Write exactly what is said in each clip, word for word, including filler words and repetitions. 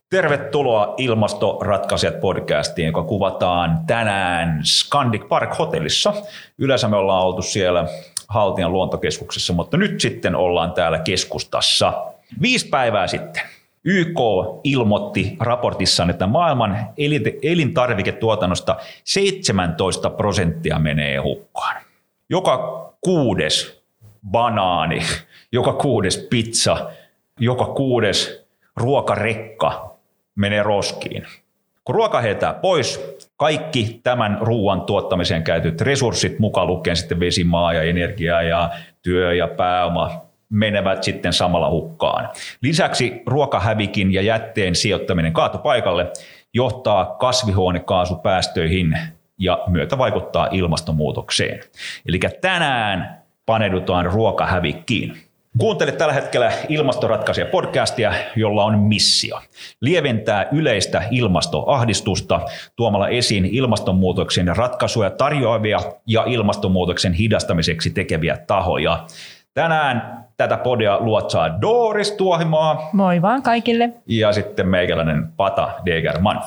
Tervetuloa Ilmastoratkaisijat podcastiin, joka kuvataan tänään Scandic Park hotellissa. Yleensä me ollaan oltu siellä Haltian luontokeskuksessa, mutta nyt sitten ollaan täällä keskustassa. Viisi päivää sitten Y K ilmoitti raportissaan, että maailman elintarviketuotannosta seitsemäntoista prosenttia menee hukkaan. Joka kuudes banaani, joka kuudes pizza, joka kuudes ruokarekka menee roskiin. Kun ruoka heitetään pois, kaikki tämän ruoan tuottamiseen käytetyt resurssit, mukaan lukien sitten vesi, maa ja energia ja työ ja pääoma, menevät sitten samalla hukkaan. Lisäksi ruokahävikin ja jätteen sijoittaminen kaatopaikalle johtaa kasvihuonekaasupäästöihin ja myötä vaikuttaa ilmastonmuutokseen. Eli tänään paneudutaan ruokahävikkiin. Kuuntelet tällä hetkellä Ilmastoratkaisija podcastia, jolla on missio lieventää yleistä ilmastoahdistusta tuomalla esiin ilmastonmuutoksen ratkaisuja tarjoavia ja ilmastonmuutoksen hidastamiseksi tekeviä tahoja. Tänään tätä podia luotsaa Doris Tuohimaa. Moi vaan kaikille. Ja sitten meikäläinen Pata Degerman.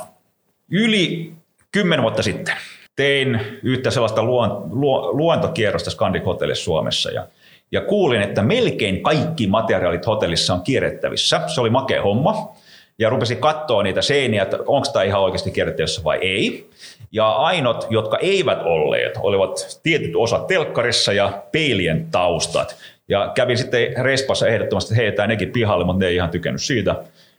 Yli kymmenen vuotta sitten tein yhtä sellaista luontokierrosta Scandic Hotellissa Suomessa ja Ja kuulin, että melkein kaikki materiaalit hotellissa on kierrettävissä. Se oli makea homma. Ja rupesin katsoa niitä seiniä, että onko tämä ihan oikeasti kierrettävissä vai ei. Ja ainot, jotka eivät olleet, olivat tietyt osat telkkarissa ja peilien taustat. Ja kävin sitten respassa ehdottomasti, että heitään nekin pihalle, mutta ne ei ihan tykännyt siitä.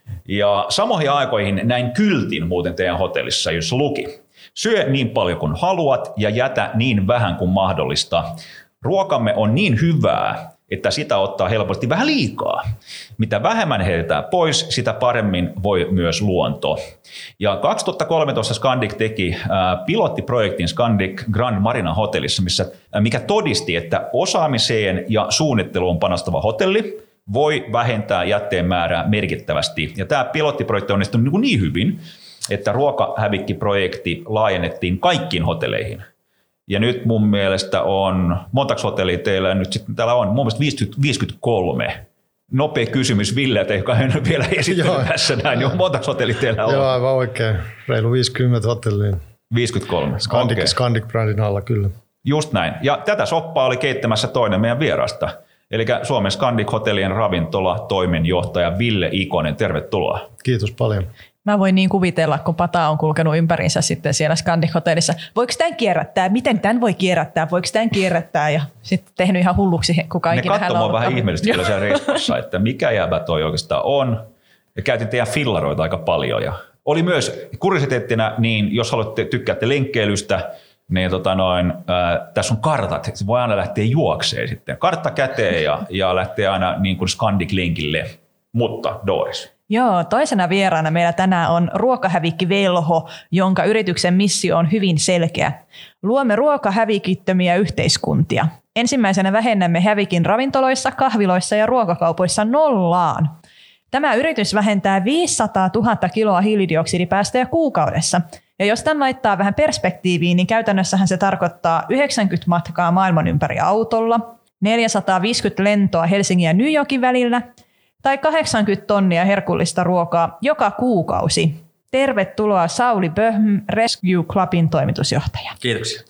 Ja samoihin aikoihin näin kyltin muuten teidän hotellissa, jossa luki: syö niin paljon kuin haluat ja jätä niin vähän kuin mahdollista. Ruokamme on niin hyvää, että sitä ottaa helposti vähän liikaa. Mitä vähemmän heitetään pois, sitä paremmin voi myös luonto. Ja kaksituhattakolmetoista Scandic teki pilottiprojektin Scandic Grand Marina hotellissa, missä, mikä todisti, että osaamiseen ja suunnitteluun panostava hotelli voi vähentää jätteen määrää merkittävästi. Ja tämä pilottiprojekti onnistui niin, niin hyvin, että ruokahävikkiprojekti laajennettiin kaikkiin hotelleihin. Ja nyt mun mielestä on, montaks hotellia teillä nyt sitten täällä on? Mun mielestä viisikymmentäkolme. Nopea kysymys Villeltä, joka ei ole vielä esittänyt tässä näin. Joo, montaks hotellia teillä on? Joo, aivan oikein. Reilu viisikymmentä hotellia. viisikymmentäkolme, Scandic, okay. Scandic-brändin alla, kyllä. Just näin. Ja tätä soppaa oli keittämässä toinen meidän vierasta. Eli Suomen Scandic-hotellien ravintola toimenjohtaja Ville Ikonen. Tervetuloa. Kiitos paljon. Mä voin niin kuvitella, kun Pata on kulkenut ympäriinsä sitten siellä Scandic-hotellissa. Voiko tämän kierrättää? Miten tämän voi kierrättää? Voiko tämän kierrättää? Ja sitten tehnyt ihan hulluksi, kuka ikinä hän on. Ne katsoo vähän ihmeellisesti kyllä siellä reissussa, että mikä jäävä toi oikeastaan on. Ja käytin teidän fillaroita aika paljon. Ja oli myös kuriositeettina, niin jos haluatte tykkäätte lenkkeilystä, niin tota noin, äh, tässä on kartat. Se voi aina lähteä juokseen sitten. Kartta käteen ja, ja lähtee aina niin kuin Scandic-lenkille. Mutta Doris. Joo, toisena vieraana meillä tänään on Ruokahävikki Velho, jonka yrityksen missio on hyvin selkeä. Luomme ruokahävikittömiä yhteiskuntia. Ensimmäisenä vähennämme hävikin ravintoloissa, kahviloissa ja ruokakaupoissa nollaan. Tämä yritys vähentää viisisataatuhatta kiloa hiilidioksidipäästöjä kuukaudessa. Ja jos tämän laittaa vähän perspektiiviin, niin käytännössähän se tarkoittaa yhdeksänkymmentä matkaa maailman ympäri autolla, neljäsataaviisikymmentä lentoa Helsingin ja New Yorkin välillä, tai kahdeksankymmentä tonnia herkullista ruokaa joka kuukausi. Tervetuloa Sauli Böhm, Rescue Clubin toimitusjohtaja. Kiitoksia.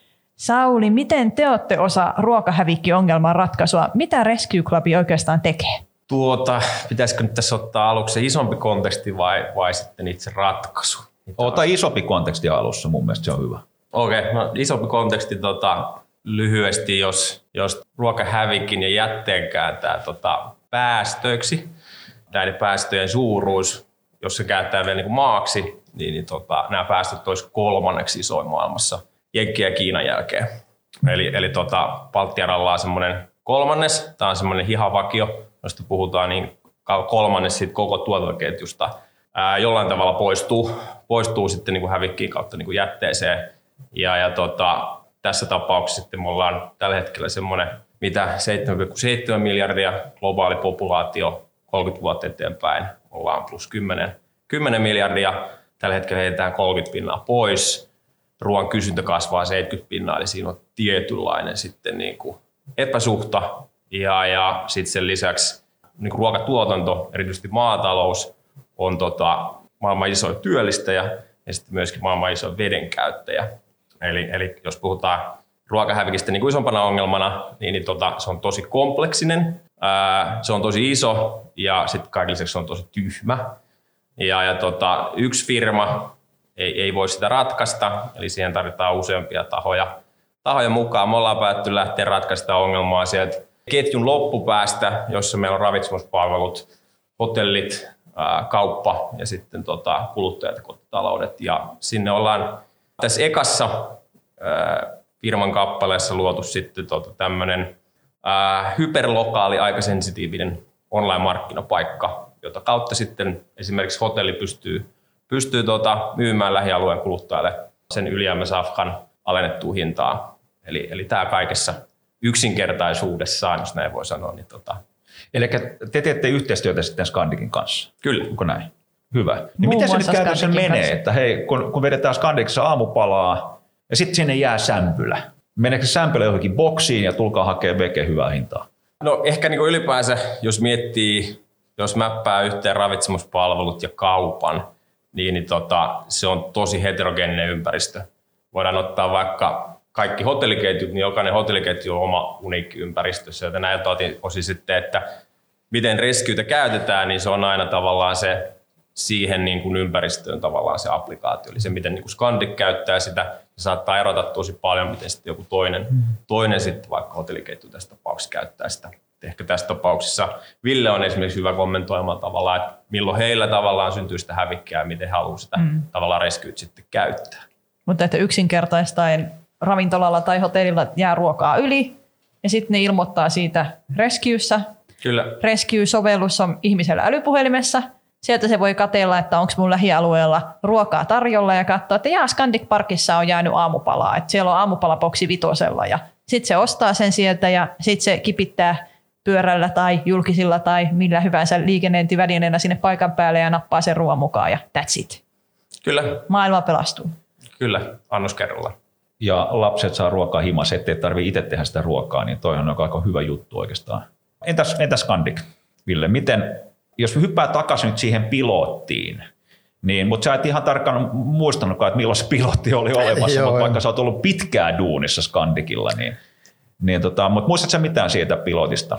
Sauli, miten te olette osa ruokahävikki-ongelman ratkaisua? Mitä Rescue Club oikeastaan tekee? Tuota, pitäisikö nyt tässä ottaa aluksi se isompi konteksti vai, vai sitten itse ratkaisu? Ota isompi konteksti alussa, mun mielestä se on hyvä. Okei, okay, no isompi konteksti tota, lyhyesti, jos, jos ruokahävikin ja jätteen kääntää tota, päästöiksi. Näiden päästöjen suuruus, jos se käyttää vielä niin kuin maaksi, niin, niin tota, nämä päästöt olisi kolmanneksi isoin maailmassa Jenkkien ja Kiinan jälkeen. Eli, eli tota, Baltian ralla on semmoinen kolmannes, tämä on semmoinen hihavakio, josta puhutaan, niin kolmannes siitä koko tuotantoketjusta ää, jollain tavalla poistuu, poistuu sitten niin kuin hävikkiin kautta niin kuin jätteeseen. Ja, ja tota, tässä tapauksessa sitten me ollaan tällä hetkellä semmoinen, mitä seitsemän pilkku seitsemän miljardia globaali populaatio kolmekymmentä vuotta eteenpäin ollaan plus kymmenen, kymmenen miljardia. Tällä hetkellä heitetään kolmekymmentä pinnaa pois. Ruoan kysyntä kasvaa seitsemänkymmentä pinnaa, eli siinä on tietynlainen sitten niin kuin epäsuhta. Ja, ja sitten sen lisäksi niin kuin ruokatuotanto, erityisesti maatalous, on tota, maailman isoin työllistäjä ja sitten myöskin maailman isoin vedenkäyttäjä. Eli, eli jos puhutaan ruokahävikistä niin kuin isompana ongelmana, niin, niin tota, se on tosi kompleksinen, ää, se on tosi iso ja sitten kaiken lisäksi se on tosi tyhmä. Ja, ja tota, yksi firma ei, ei voi sitä ratkaista, eli siihen tarvitaan useampia tahoja, tahoja mukaan. Me ollaan päätty lähteä ratkaistamaan ongelmaa sieltä ketjun loppupäästä, jossa meillä on ravitsemuspalvelut, hotellit, ää, kauppa ja sitten tota, kuluttajat ja kotitaloudet. Ja sinne ollaan tässä ekassa ää, firman kappaleessa luotu sitten tota, tämmöinen ää, hyperlokaali, aikasensitiivinen online-markkinapaikka, jota kautta sitten esimerkiksi hotelli pystyy, pystyy tota, myymään lähialueen kuluttajalle sen ylijäämäsafkan alennettua hintaa. Eli, eli tämä kaikessa yksinkertaisuudessaan, jos näin voi sanoa. Niin tota. Eli te teette yhteistyötä sitten Scandikin kanssa? Kyllä. Onko näin? Hyvä. Niin miten se nyt käytännössä menee, kanssa? Että hei, kun, kun vedetään Scandicissa aamupalaa ja sitten sinne jää sämpylä. Meneekö se sämpylä johonkin boksiin ja tulkaa hakea veke hyvää hintaa? No ehkä niin kuin ylipäänsä, jos miettii, jos mäppää yhteen ravitsemuspalvelut ja kaupan, niin, niin tota, se on tosi heterogeeninen ympäristö. Voidaan ottaa vaikka kaikki hotelliketjut, niin jokainen hotelliketju on oma uniikki ympäristössä, joten näiltä osin sitten, että miten rescuetä käytetään, niin se on aina tavallaan se siihen niin kuin ympäristöön tavallaan se applikaatio. Eli se, miten niin kuin Scandic käyttää sitä, se saattaa erota tosi paljon, miten sitten joku toinen, mm. toinen sitten vaikka hotelliketju tässä tapauksessa käyttää sitä. Ehkä tässä tapauksessa Ville on esimerkiksi hyvä kommentoimaan tavallaan, että milloin heillä tavallaan syntyy sitä hävikkiä ja miten he haluaa sitä mm. tavallaan rescuet sitten käyttää. Mutta että yksinkertaistaen ravintolalla tai hotellilla jää ruokaa yli ja sitten ne ilmoittaa siitä Rescuessa. Kyllä. Rescue-sovellus on ihmisellä älypuhelimessa. Sieltä se voi katsella, että onko mun lähialueella ruokaa tarjolla ja katsoa, että jaa, Scandic Parkissa on jäänyt aamupalaa. Että siellä on aamupalaboksi vitosella ja sitten se ostaa sen sieltä ja sitten se kipittää pyörällä tai julkisilla tai millä hyvänsä liikennöintivälineenä sinne paikan päälle ja nappaa sen ruoan mukaan ja that's it. Kyllä. Maailma pelastuu. Kyllä, annos kerrallaan. Ja lapset saa ruokaa himassa, ettei tarvitse itse tehdä sitä ruokaa, niin toihan on aika hyvä juttu oikeastaan. Entäs, entäs Scandic, Ville? Miten, jos hyppää takaisin nyt siihen pilottiin, niin, mutta sä et ihan tarkkaan muistanutkaan, että milloin se pilotti oli olemassa, mutta vaikka sä oot ollut pitkään duunissa Scandicilla, niin, niin tota, mutta muistatko sä mitään siitä pilotista?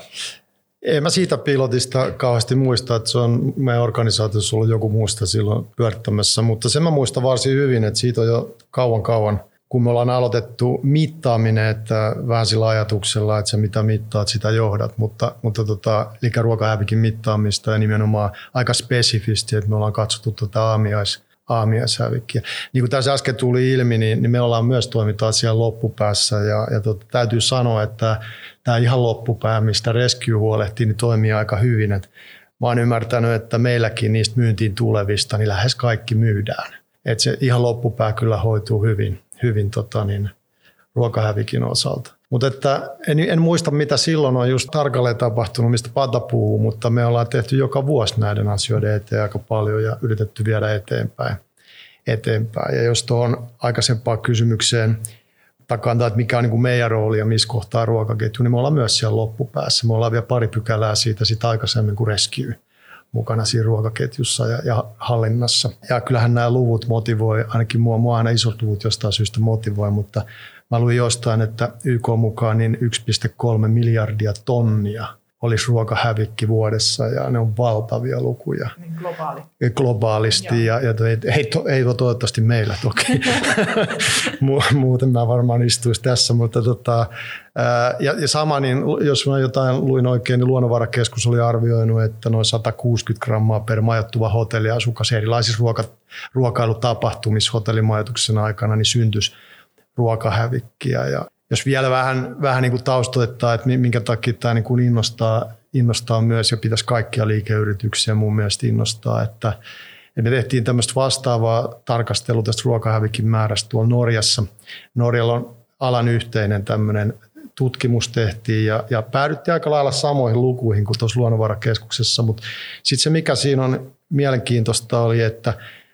En mä siitä pilotista kauheasti muista, että se on meidän organisaatiossa ollut joku muusta silloin pyörittämässä, mutta sen mä muistan varsin hyvin, että siitä on jo kauan kauan, kun me ollaan aloitettu mittaaminen, että vähän sillä ajatuksella, että se mitä mittaat, sitä johdat, mutta, mutta tota, eli ruokahävikin mittaamista ja nimenomaan aika spesifisti, että me ollaan katsottu tuota aamiais, aamiaishävikkiä. Niin kuin tässä äsken tuli ilmi, niin, niin me ollaan myös toimitaan siellä loppupäässä ja, ja tota, täytyy sanoa, että tämä ihan loppupää, mistä Rescue huolehtii, niin toimii aika hyvin. Et mä oon ymmärtänyt, että meilläkin niistä myyntiin tulevista, niin lähes kaikki myydään. Et se ihan loppupää kyllä hoituu hyvin, hyvin tota niin, ruokahävikin osalta. Mutta että en, en muista, mitä silloin on just tarkalleen tapahtunut, mistä Pata puhuu, mutta me ollaan tehty joka vuosi näiden asioiden eteen aika paljon ja yritetty viedä eteenpäin. eteenpäin. Ja jos tuohon aikaisempaan kysymykseen takantaa, että mikä on niin kuin meidän rooli ja missä kohtaa ruokaketju, niin me ollaan myös siellä loppupäässä. Me ollaan vielä pari pykälää siitä sitä aikaisemmin kuin Rescue mukana siinä ruokaketjussa ja, ja hallinnassa. Ja kyllähän nämä luvut motivoi, ainakin mua, mua aina isot luvut jostain syystä motivoi, mutta mä luin jostain, että Y K mukaan niin yksi pilkku kolme miljardia tonnia olisi ruokahävikki vuodessa ja ne on valtavia lukuja. Niin globaali. Globaalisti ja, ja ei, to, ei toivottavasti meillä toki. Muuten mä varmaan istuisi tässä, mutta tota, ja, ja sama, niin jos mä jotain luin oikein, niin Luonnonvarakeskus oli arvioinut, että noin sata kuusikymmentä grammaa per majoittuva hotelliasukas erilaisissa ruoka, ruokailutapahtumissa hotellimajoituksen aikana niin syntyisi ruokahävikkiä. Ja jos vielä vähän, vähän niin kuin taustoittaa, että minkä takia tämä niin kuin innostaa, innostaa myös ja pitäisi kaikkia liikeyrityksiä mun mielestä innostaa, että me tehtiin tämmöistä vastaavaa tarkastelua tästä ruokahävikin määrästä tuolla Norjassa. Norjalla on alan yhteinen tämmöinen tutkimus tehtiin ja, ja päädyttiin aika lailla samoihin lukuihin kuin tuossa Luonnonvarakeskuksessa, mutta sitten se mikä siinä on mielenkiintoista oli, että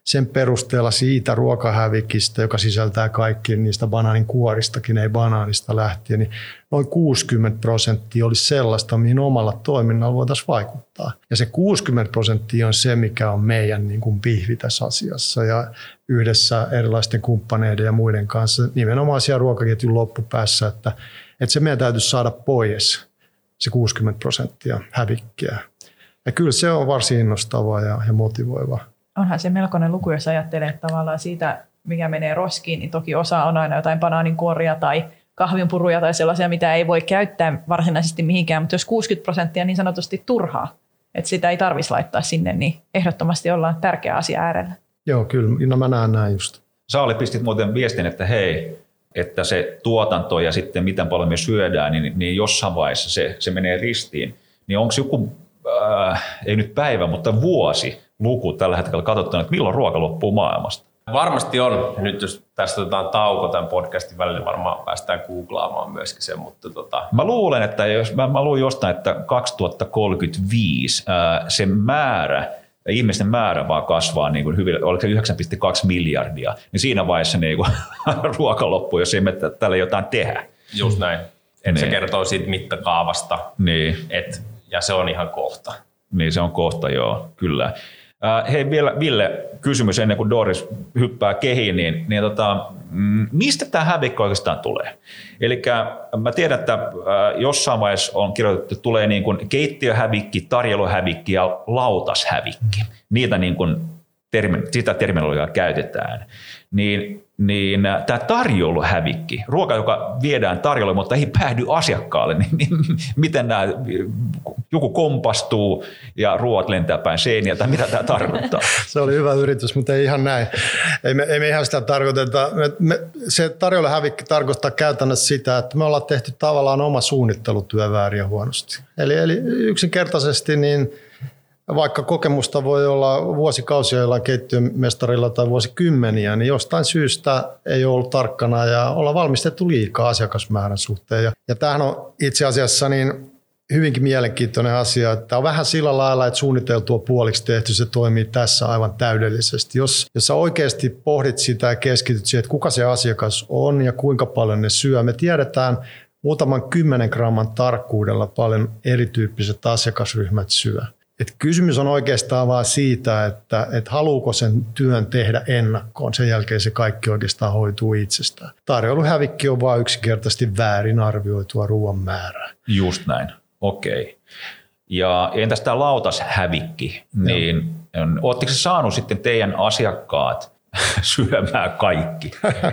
sen perusteella siitä ruokahävikistä, joka sisältää kaikki niistä banaanin kuoristakin, ei banaanista lähtien, niin noin kuusikymmentä prosenttia olisi sellaista, mihin omalla toiminnalla voitaisiin vaikuttaa. Ja se kuusikymmentä prosenttia on se, mikä on meidän niin kuin pihvi tässä asiassa. Ja yhdessä erilaisten kumppaneiden ja muiden kanssa nimenomaan siellä ruokaketjun loppupäässä, että, että se meidän täytyisi saada pois se kuusikymmentä prosenttia hävikkiä. Ja kyllä se on varsin innostavaa ja, ja motivoivaa. Onhan se melkoinen luku, jos ajattelee että tavallaan siitä, mikä menee roskiin, niin toki osa on aina jotain banaaninkuoria tai kahvinpuruja tai sellaisia, mitä ei voi käyttää varsinaisesti mihinkään, mutta jos kuusikymmentä prosenttia niin sanotusti turhaa, että sitä ei tarvitsisi laittaa sinne, niin ehdottomasti ollaan tärkeä asia äärellä. Joo, kyllä. No mä näen näin just. Sauli pistit muuten viestin, että hei, että se tuotanto ja sitten miten paljon me syödään, niin, niin jossain vaiheessa se, se menee ristiin. Niin onko joku, äh, ei nyt päivä, mutta vuosi luku tällä hetkellä katsottuna, että milloin ruoka loppuu maailmasta? Varmasti on. Nyt jos tästä otetaan tauko tämän podcastin välillä, niin varmaan päästään googlaamaan myöskin sen. Mutta tota... Mä luulen, että jos, mä, mä luin jostain, että kaksituhattakolmekymmentäviisi ää, se määrä, ihmisten määrä vaan kasvaa niin kuin hyvin, oliko se yhdeksän pilkku kaksi miljardia, niin siinä vaiheessa niin kuin, ruoka loppuu, jos ei me tälle jotain tehdä. Just näin. Niin. Se kertoo siitä mittakaavasta, niin. Et, ja se on ihan kohta. Niin se on kohta, joo, kyllä. Hei vielä, Ville, kysymys ennen kuin Doris hyppää kehiin, niin, niin tota, mistä tämä hävikki oikeastaan tulee? Eli mä tiedän, että jossain vaiheessa on kirjoitettu, että tulee niin kuin keittiöhävikki, tarjoiluhävikki ja lautashävikki. Niitä niin kuin termi, sitä terminologiaa käytetään. Niin, niin tämä tarjoiluhävikki, ruoka, joka viedään tarjolle, mutta ei päädy asiakkaalle, niin miten nämä, joku kompastuu ja ruoat lentää päin seiniä, tai mitä tämä tarkoittaa? Se oli hyvä yritys, mutta ei ihan näin. Ei me, ei me ihan sitä tarkoiteta. Me, me, se tarjoiluhävikki tarkoittaa käytännössä sitä, että me ollaan tehty tavallaan oma suunnittelutyö väärin ja huonosti. Eli, eli yksinkertaisesti niin vaikka kokemusta voi olla vuosikausia jollain keittiömestarilla tai vuosikymmeniä, niin jostain syystä ei ole ollut tarkkana ja olla valmistettu liikaa asiakasmäärän suhteen. Ja, ja tämähän on itse asiassa niin hyvinkin mielenkiintoinen asia, että on vähän sillä lailla, että suunniteltua puoliksi tehty, se toimii tässä aivan täydellisesti. Jos, jos sä oikeasti pohdit sitä ja keskityt siihen, että kuka se asiakas on ja kuinka paljon ne syö, me tiedetään muutaman kymmenen gramman tarkkuudella paljon erityyppiset asiakasryhmät syö. Et kysymys on oikeastaan vaan siitä, että et haluuko sen työn tehdä ennakkoon. Sen jälkeen se kaikki oikeastaan hoituu itsestään. Tarjoiluhävikki on vaan yksinkertaisesti väärin arvioitua ruoan määrää. Just näin, okei. Ja entäs tämä lautashävikki, niin ootteko saanut sitten teidän asiakkaat syömään kaikki?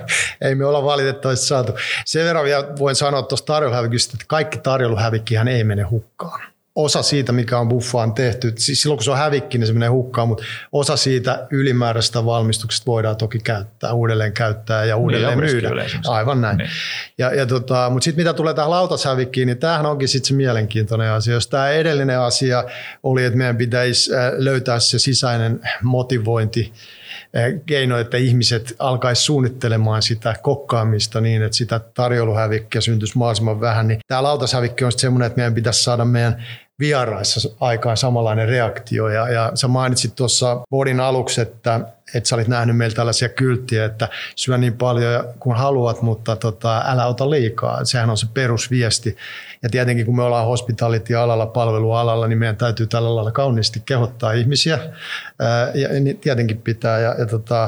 Ei me olla valitettavasti saatu. Sen verran vielä voin sanoa tuosta tarjoiluhävikistä, että kaikki tarjoiluhävikkihän ei mene hukkaan. Osa siitä, mikä on buffaan tehty, siis silloin kun se on hävikki, niin se menee hukkaan, mutta osa siitä ylimääräisestä valmistuksesta voidaan toki käyttää, uudelleen käyttää ja uudelleen niin, myydä. Aivan näin. Niin. Ja, ja tota, mutta sitten mitä tulee tähän lautashävikkiin, niin tämähän onkin sitten se mielenkiintoinen asia. Jos tämä edellinen asia oli, että meidän pitäisi löytää se sisäinen motivointi, keino, että ihmiset alkaisi suunnittelemaan sitä kokkaamista niin, että sitä tarjoiluhävikkiä syntyisi mahdollisimman vähän, niin tämä lautashävikki on semmoinen, että meidän pitäisi saada meidän vieraissa aikaan samanlainen reaktio. Ja, ja sä mainitsit tuossa bodin aluksi, että, että sä olit nähnyt meillä tällaisia kylttiä, että syö niin paljon kuin haluat, mutta tota, älä ota liikaa. Sehän on se perusviesti. Ja tietenkin kun me ollaan hospitality-alalla, palvelualalla, niin meidän täytyy tällä lailla kauniisti kehottaa ihmisiä. Ää, ja tietenkin pitää. Ja, ja tota,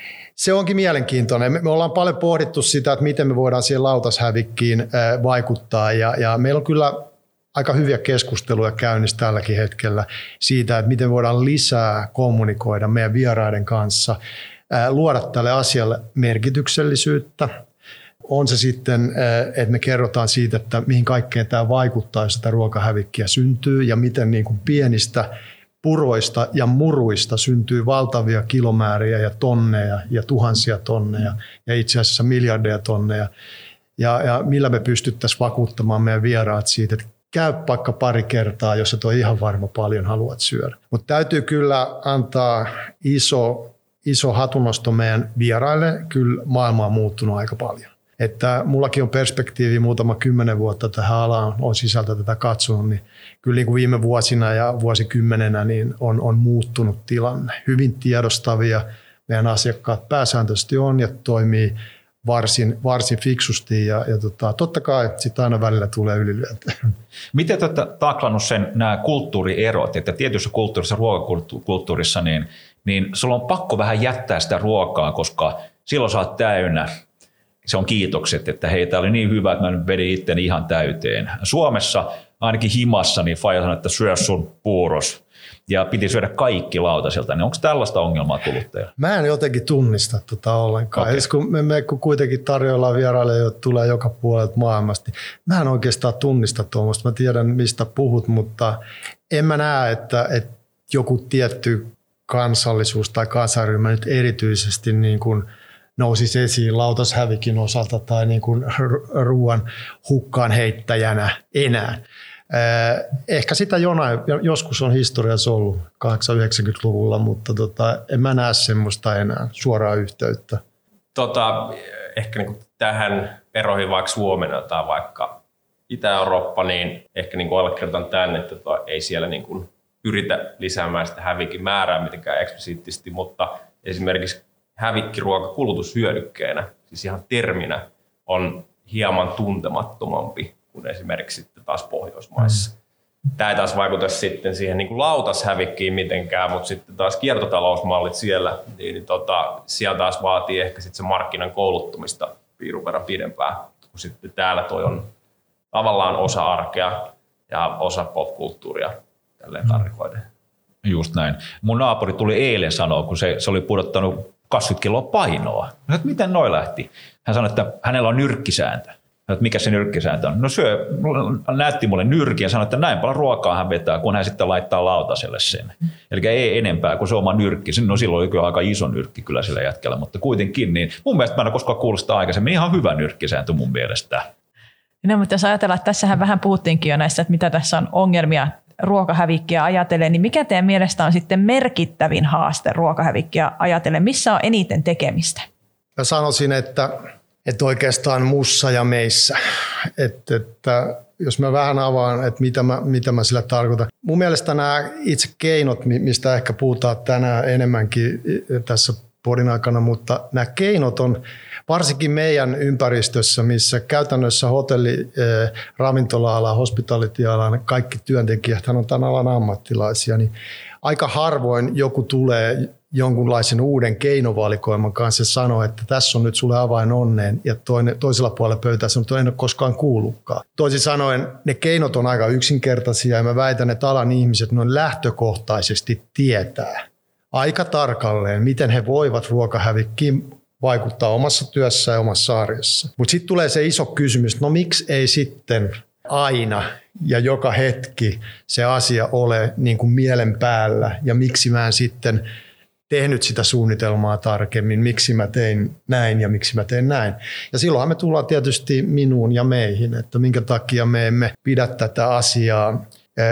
se onkin mielenkiintoinen. Me, me ollaan paljon pohdittu sitä, että miten me voidaan siihen lautashävikkiin ää, vaikuttaa. Ja, ja meillä on kyllä aika hyviä keskusteluja käynnissä tälläkin hetkellä siitä, että miten voidaan lisää kommunikoida meidän vieraiden kanssa, ää, luoda tälle asialle merkityksellisyyttä. On se sitten, että me kerrotaan siitä, että mihin kaikkeen tämä vaikuttaa, jos sitä ruokahävikkiä syntyy ja miten niin kuin pienistä puroista ja muruista syntyy valtavia kilomääriä ja tonneja ja tuhansia tonneja ja itse asiassa miljardeja tonneja. Ja, ja millä me pystyttäisiin vakuuttamaan meidän vieraat siitä, että käy vaikka pari kertaa, jos et ole ihan varma paljon haluat syödä. Mutta täytyy kyllä antaa iso, iso hatunnosto meidän vieraille. Kyllä maailma on muuttunut aika paljon. Että mullakin on perspektiivi muutama kymmenen vuotta tähän alaan, on sisältä tätä katsonut, niin kyllä niin kuin viime vuosina ja vuosikymmenenä niin on, on muuttunut tilanne. Hyvin tiedostavia, meidän asiakkaat pääsääntöisesti on ja toimii varsin, varsin fiksusti ja, ja tota, totta kai sitä aina välillä tulee ylilyöntiä. Miten te olette taklannut sen nämä kulttuurierot, että tietyssä kulttuurissa, ruokakulttuurissa, niin, niin sulla on pakko vähän jättää sitä ruokaa, koska silloin sä oot täynnä. Se on kiitokset, että hei, tää oli niin hyvä, että mä vedin itteni ihan täyteen. Suomessa, ainakin himassa, niin faija sanoi, että syö sun puuros. Ja piti syödä kaikki lautasilta. Niin onko tällaista ongelmaa tullut teille? Mä en jotenkin tunnista tota ollenkaan. Okay. Kun me, me kun kuitenkin tarjoillaan vieraille, jotka tulee joka puolelta maailmasta, niin mä en oikeastaan tunnista tuommoista. Mä tiedän, mistä puhut, mutta en mä näe, että, että joku tietty kansallisuus tai kansanryhmä nyt erityisesti niin kuin nousisi esiin lautashävikin osalta tai niin kuin ruoan hukkaan heittäjänä enää. Ehkä sitä jonain, joskus on historiassa ollut kahdeksankymmentä-yhdeksänkymmentäluvulla, mutta tota, en mä näe semmoista enää suoraa yhteyttä. Tota, ehkä niin tähän eroihin vaikka Suomena tai vaikka Itä-Eurooppa, niin ehkä niin allekirjoitan tämän, että tota, ei siellä niin kuin yritä lisäämään sitä hävikin määrää mitenkään eksplisiittisesti, mutta esimerkiksi hävikkiruoka kulutushyödykkeenä, siis ihan terminä, on hieman tuntemattomampi kuin esimerkiksi sitten taas Pohjoismaissa. Mm. Tämä ei taas vaikuta sitten siihen niin kuin lautashävikkiin mitenkään, mutta sitten taas kiertotalousmallit siellä, niin, niin tota, siellä taas vaatii ehkä sitten se markkinan kouluttumista piirun verran pidempään, kun sitten täällä toi on tavallaan osa arkea ja osa popkulttuuria tälleen karikoiden. Just näin. Mun naapuri tuli eilen sanoa, kun se, se oli pudottanut kaksikymmentä kiloa painoa. Mä että miten noi lähti? Hän sanoi, että hänellä on nyrkkisääntö. Että mikä se nyrkkisääntö on? No syö, näytti mulle nyrkin ja sanoi, että näin paljon ruokaa hän vetää, kun hän sitten laittaa lautaselle sen. Eli ei enempää kuin se oma nyrkki. No silloin oli kyllä aika iso nyrkki kyllä sillä jätkällä, mutta kuitenkin. Niin mun mielestä mä en ole koskaan kuullut sitä aikaisemmin. Ihan hyvä nyrkkisääntö mun mielestä. No, mutta jos ajatellaan, että tässähän vähän puhuttiinkin jo näistä, että mitä tässä on ongelmia ruokahävikkiä ajatellen, niin mikä teidän mielestä on sitten merkittävin haaste ruokahävikkiä ajatellen? Missä on eniten tekemistä? Mä sanoisin, että, että oikeastaan mussa ja meissä. Että, että jos mä vähän avaan, että mitä mä, mitä mä sillä tarkoitan. Mun mielestä nämä itse keinot, mistä ehkä puhutaan tänään enemmänkin tässä podin aikana, mutta nämä keinot on varsinkin meidän ympäristössä, missä käytännössä hotelli, ravintola-ala, hospitality-ala, kaikki työntekijät on tämän alan ammattilaisia, niin aika harvoin joku tulee jonkunlaisen uuden keinovalikoiman kanssa ja sanoo, että tässä on nyt sulle avain onneen ja toinen, toisella puolella pöytää sanoo, että en ole koskaan kuullutkaan. Toisin sanoen ne keinot on aika yksinkertaisia ja mä väitän, että alan ihmiset noin lähtökohtaisesti tietää aika tarkalleen, miten he voivat ruokahävikkiin vaikuttaa omassa työssä ja omassa arjessa. Mutta sitten tulee se iso kysymys, no miksi ei sitten aina ja joka hetki se asia ole niin kuin mielen päällä ja miksi mä en sitten tehnyt sitä suunnitelmaa tarkemmin, miksi mä tein näin ja miksi mä tein näin. Ja silloinhan me tullaan tietysti minuun ja meihin, että minkä takia me emme pidä tätä asiaa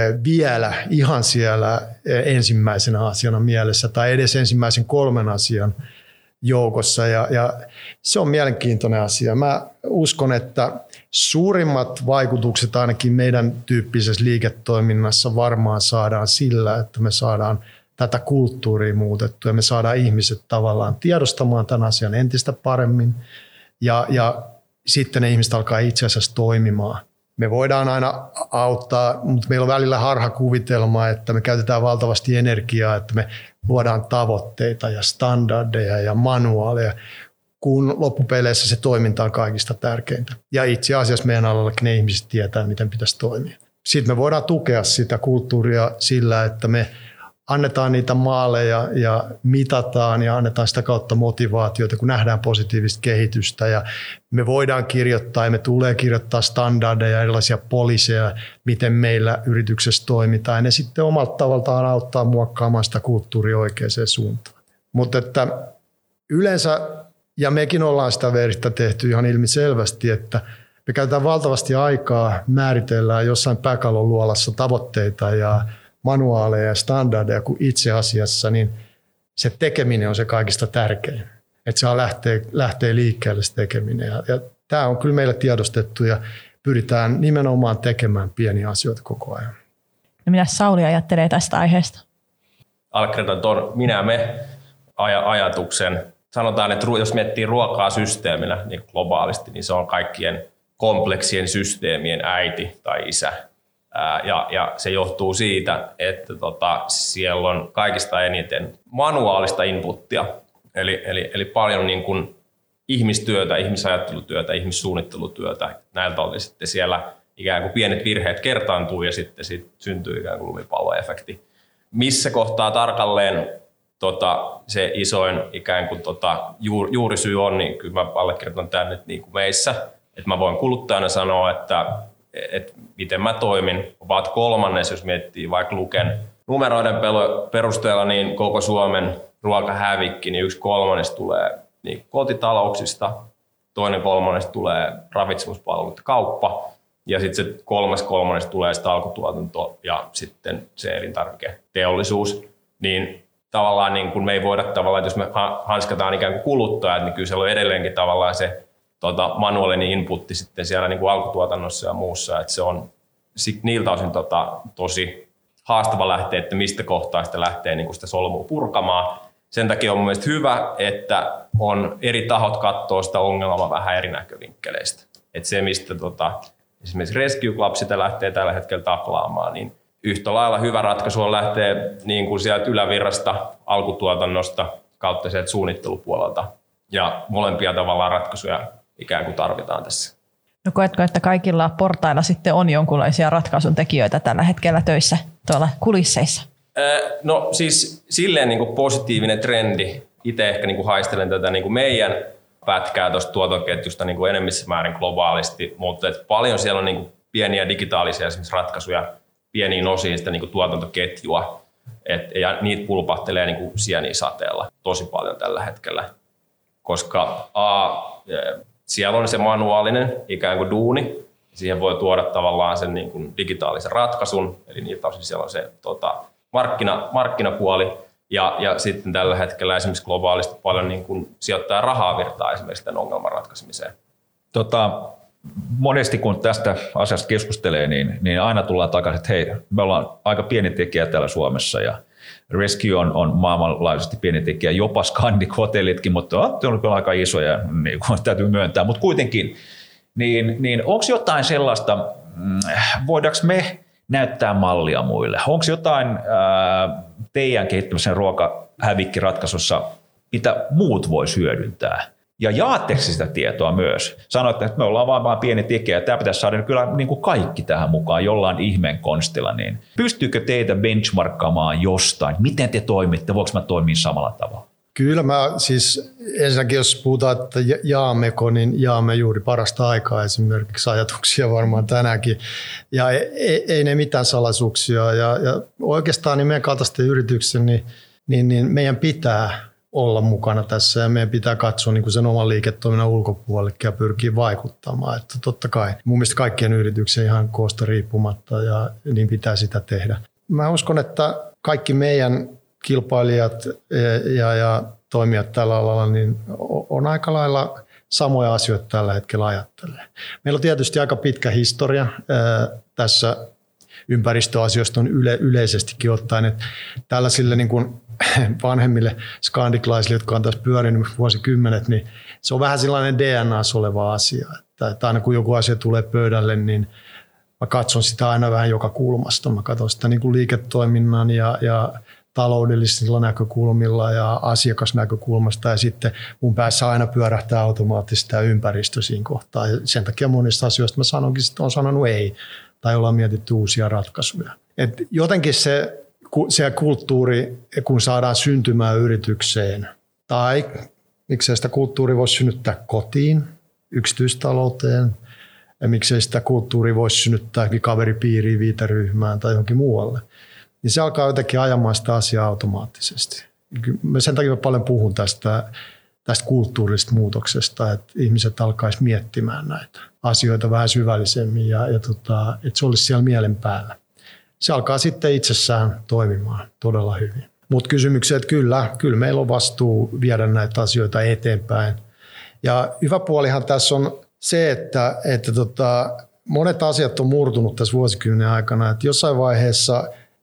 vielä ihan siellä ensimmäisenä asiana mielessä tai edes ensimmäisen kolmen asian joukossa ja, ja se on mielenkiintoinen asia. Mä uskon, että suurimmat vaikutukset ainakin meidän tyyppisessä liiketoiminnassa varmaan saadaan sillä, että me saadaan tätä kulttuuria muutettua ja me saadaan ihmiset tavallaan tiedostamaan tämän asian entistä paremmin ja, ja sitten ne ihmiset alkaa itse asiassa toimimaan. Me voidaan aina auttaa, mutta meillä on välillä harhakuvitelma, että me käytetään valtavasti energiaa, että me luodaan tavoitteita ja standardeja ja manuaaleja, kun loppupeleissä se toiminta on kaikista tärkeintä. Ja itse asiassa meidän alallakin ne ihmiset tietää, miten pitäisi toimia. Sitten me voidaan tukea sitä kulttuuria sillä, että me annetaan niitä maaleja ja mitataan ja annetaan sitä kautta motivaatiota, kun nähdään positiivista kehitystä. Ja me voidaan kirjoittaa ja me tulee kirjoittaa standardeja, erilaisia poliiseja, miten meillä yrityksessä toimitaan. Ja ne sitten omalta tavaltaan auttaa muokkaamaan sitä kulttuuria oikeaan suuntaan. Mutta että yleensä, ja mekin ollaan sitä verittä tehty ihan ilmiselvästi, että me käytetään valtavasti aikaa, määritellään jossain pääkallon luolassa tavoitteita ja manuaaleja ja standardeja, kun itse asiassa niin se tekeminen on se kaikista tärkein. Että saa lähteä, lähteä liikkeelle se tekeminen. Ja, ja tämä on kyllä meillä tiedostettu ja pyritään nimenomaan tekemään pieniä asioita koko ajan. No mitä Sauli ajattelee tästä aiheesta? Allekirjoitan tuon minä me aj- ajatuksen. Sanotaan, että jos miettii ruokaa systeeminä niin globaalisti, niin se on kaikkien kompleksien systeemien äiti tai isä. Ää, ja, ja se johtuu siitä, että tota, siellä on kaikista eniten manuaalista inputtia, eli, eli, eli paljon niin kuin ihmistyötä, ihmisajattelutyötä, ihmissuunnittelutyötä. Näiltä oli sitten siellä ikään kuin pienet virheet kertaantuu ja sitten sit syntyy ikään kuin lumipalloefekti. Missä kohtaa tarkalleen tota, se isoin ikään kuin tota, juur, juurisyy on, niin kyllä mä allekirjoitan tämän nyt niin kuin meissä. Että mä voin kuluttajana sanoa, että, että miten mä toimin. Vaat kolmannes, jos miettii vaikka Luken numeroiden perusteella, niin koko Suomen ruokahävikki, niin yksi kolmannes tulee niin kotitalouksista, toinen kolmannes tulee ravitsemuspalvelut ja kauppa, ja sitten se kolmas kolmannes tulee sitä alkutuotanto ja sitten se elintarviketeollisuus. Niin tavallaan niin kun me ei voida tavallaan, että jos me hanskataan ikään kuin kuluttajat, niin kyllä siellä on edelleenkin tavallaan se tota, manuaalinen inputti sitten siellä niin kuin alkutuotannossa ja muussa, että se on niiltä osin tota, tosi haastava lähteä, että mistä kohtaa sitä lähtee niin kuin sitä solmua purkamaan. Sen takia on mun mielestä hyvä, että on eri tahot katsoo sitä ongelmaa vähän eri näkövinkkeleistä. Että se, mistä tota, esimerkiksi Rescue Club sitä lähtee tällä hetkellä taklaamaan, niin yhtä lailla hyvä ratkaisu on lähteä niin kuin sieltä ylävirrasta, alkutuotannosta kautta sieltä suunnittelupuolelta. Ja molempia tavallaan ratkaisuja ikään kuin tarvitaan tässä. No koetko, että kaikilla portailla sitten on jonkinlaisia ratkaisun tekijöitä tällä hetkellä töissä tuolla kulisseissa? No siis silleen niin kuin positiivinen trendi. Itse ehkä niin kuin haistelen tätä niin kuin meidän pätkää tuosta tuotantoketjusta niin kuin enemmissä määrin globaalisti, mutta et paljon siellä on niin kuin pieniä digitaalisia esimerkiksi ratkaisuja pieniin osiin sitä niin kuin tuotantoketjua, et, ja niitä pulpahtelee niin kuin sieniä sateella tosi paljon tällä hetkellä, koska a, siellä on se manuaalinen ikään kuin duuni, siihen voi tuoda tavallaan sen niin kuin digitaalisen ratkaisun, eli niiltä osin siellä on se tota, markkina, markkinapuoli, ja, ja sitten tällä hetkellä esimerkiksi globaalisti paljon niin kuin sijoittaa rahaa virtaa esimerkiksi tämän ongelman ratkaisemiseen. Tota, monesti kun tästä asiasta keskustelee, niin, niin aina tullaan takaisin, että hei, me ollaan aika pieni tekijä täällä Suomessa ja Rescue on, on maailmanlaajuisesti pieni tekijä, jopa Scandic-hotellitkin, mutta on kyllä aika isoja, niin kuin täytyy myöntää, mutta kuitenkin, niin, niin onko jotain sellaista, voidaanko me näyttää mallia muille? Onko jotain ää, teidän kehittämisen ruokahävikkiratkaisussa, mitä muut voisi hyödyntää? Ja jaatteko sitä tietoa myös? Sanoitte, että me ollaan vaan, vaan pieni tekijä, ja tämä pitäisi saada kyllä niin kuin kaikki tähän mukaan jollain ihmeen konstilla. Niin pystyykö teitä benchmarkkaamaan jostain? Miten te toimitte? Voinko mä toimia samalla tavalla? Kyllä mä siis ensinnäkin, jos puhutaan, että jaammeko, niin jaamme juuri parasta aikaa esimerkiksi ajatuksia varmaan tänäänkin. Ja ei, ei ne mitään salaisuuksia. Ja, ja oikeastaan niin meidän kaltaisten yrityksen, niin, niin, niin meidän pitää olla mukana tässä ja meidän pitää katsoa niin kuin sen oman liiketoiminnan ulkopuolelle ja pyrkiä vaikuttamaan. Että totta kai mun mielestä kaikkien yrityksen ihan koosta riippumatta ja niin pitää sitä tehdä. Mä uskon, että kaikki meidän kilpailijat ja, ja toimijat tällä alalla niin on aika lailla samoja asioita tällä hetkellä ajattelee. Meillä on tietysti aika pitkä historia ää, tässä ympäristöasioista on yle, yleisestikin ottaen, että tällaisille niin kuin vanhemmille skandiklaisille, jotka on tässä pyörinyt vuosikymmenet, niin se on vähän sellainen D N A:ssa oleva asia. Että, että aina kun joku asia tulee pöydälle, niin mä katson sitä aina vähän joka kulmasta. Mä katson sitä niin kuin liiketoiminnan ja, ja taloudellisilla näkökulmilla ja asiakasnäkökulmasta ja sitten mun päässä aina pyörähtää automaattisesti tämä ympäristö siinä kohtaa. Ja sen takia monista asioista mä sanonkin, että on sanonut ei tai ollaan mietitty uusia ratkaisuja. Et jotenkin se se kulttuuri, kun saadaan syntymään yritykseen, tai miksei sitä kulttuuria voisi synnyttää kotiin, yksityistalouteen, ja miksei sitä kulttuuria voisi synnyttää kaveripiiriin, viiteryhmään tai johonkin muualle, niin se alkaa jotenkin ajamaan sitä asiaa automaattisesti. Sen takia mä paljon puhun tästä, tästä kulttuurisesta muutoksesta, että ihmiset alkaisi miettimään näitä asioita vähän syvällisemmin, ja, ja tota, että se olisi siellä mielen päällä. Se alkaa sitten itsessään toimimaan todella hyvin. Mutta kysymyksiä, että kyllä, kyllä meillä on vastuu viedä näitä asioita eteenpäin. Ja hyvä puolihan tässä on se, että, että tota, monet asiat on murtunut tässä vuosikymmenen aikana. Että jossain vaiheessa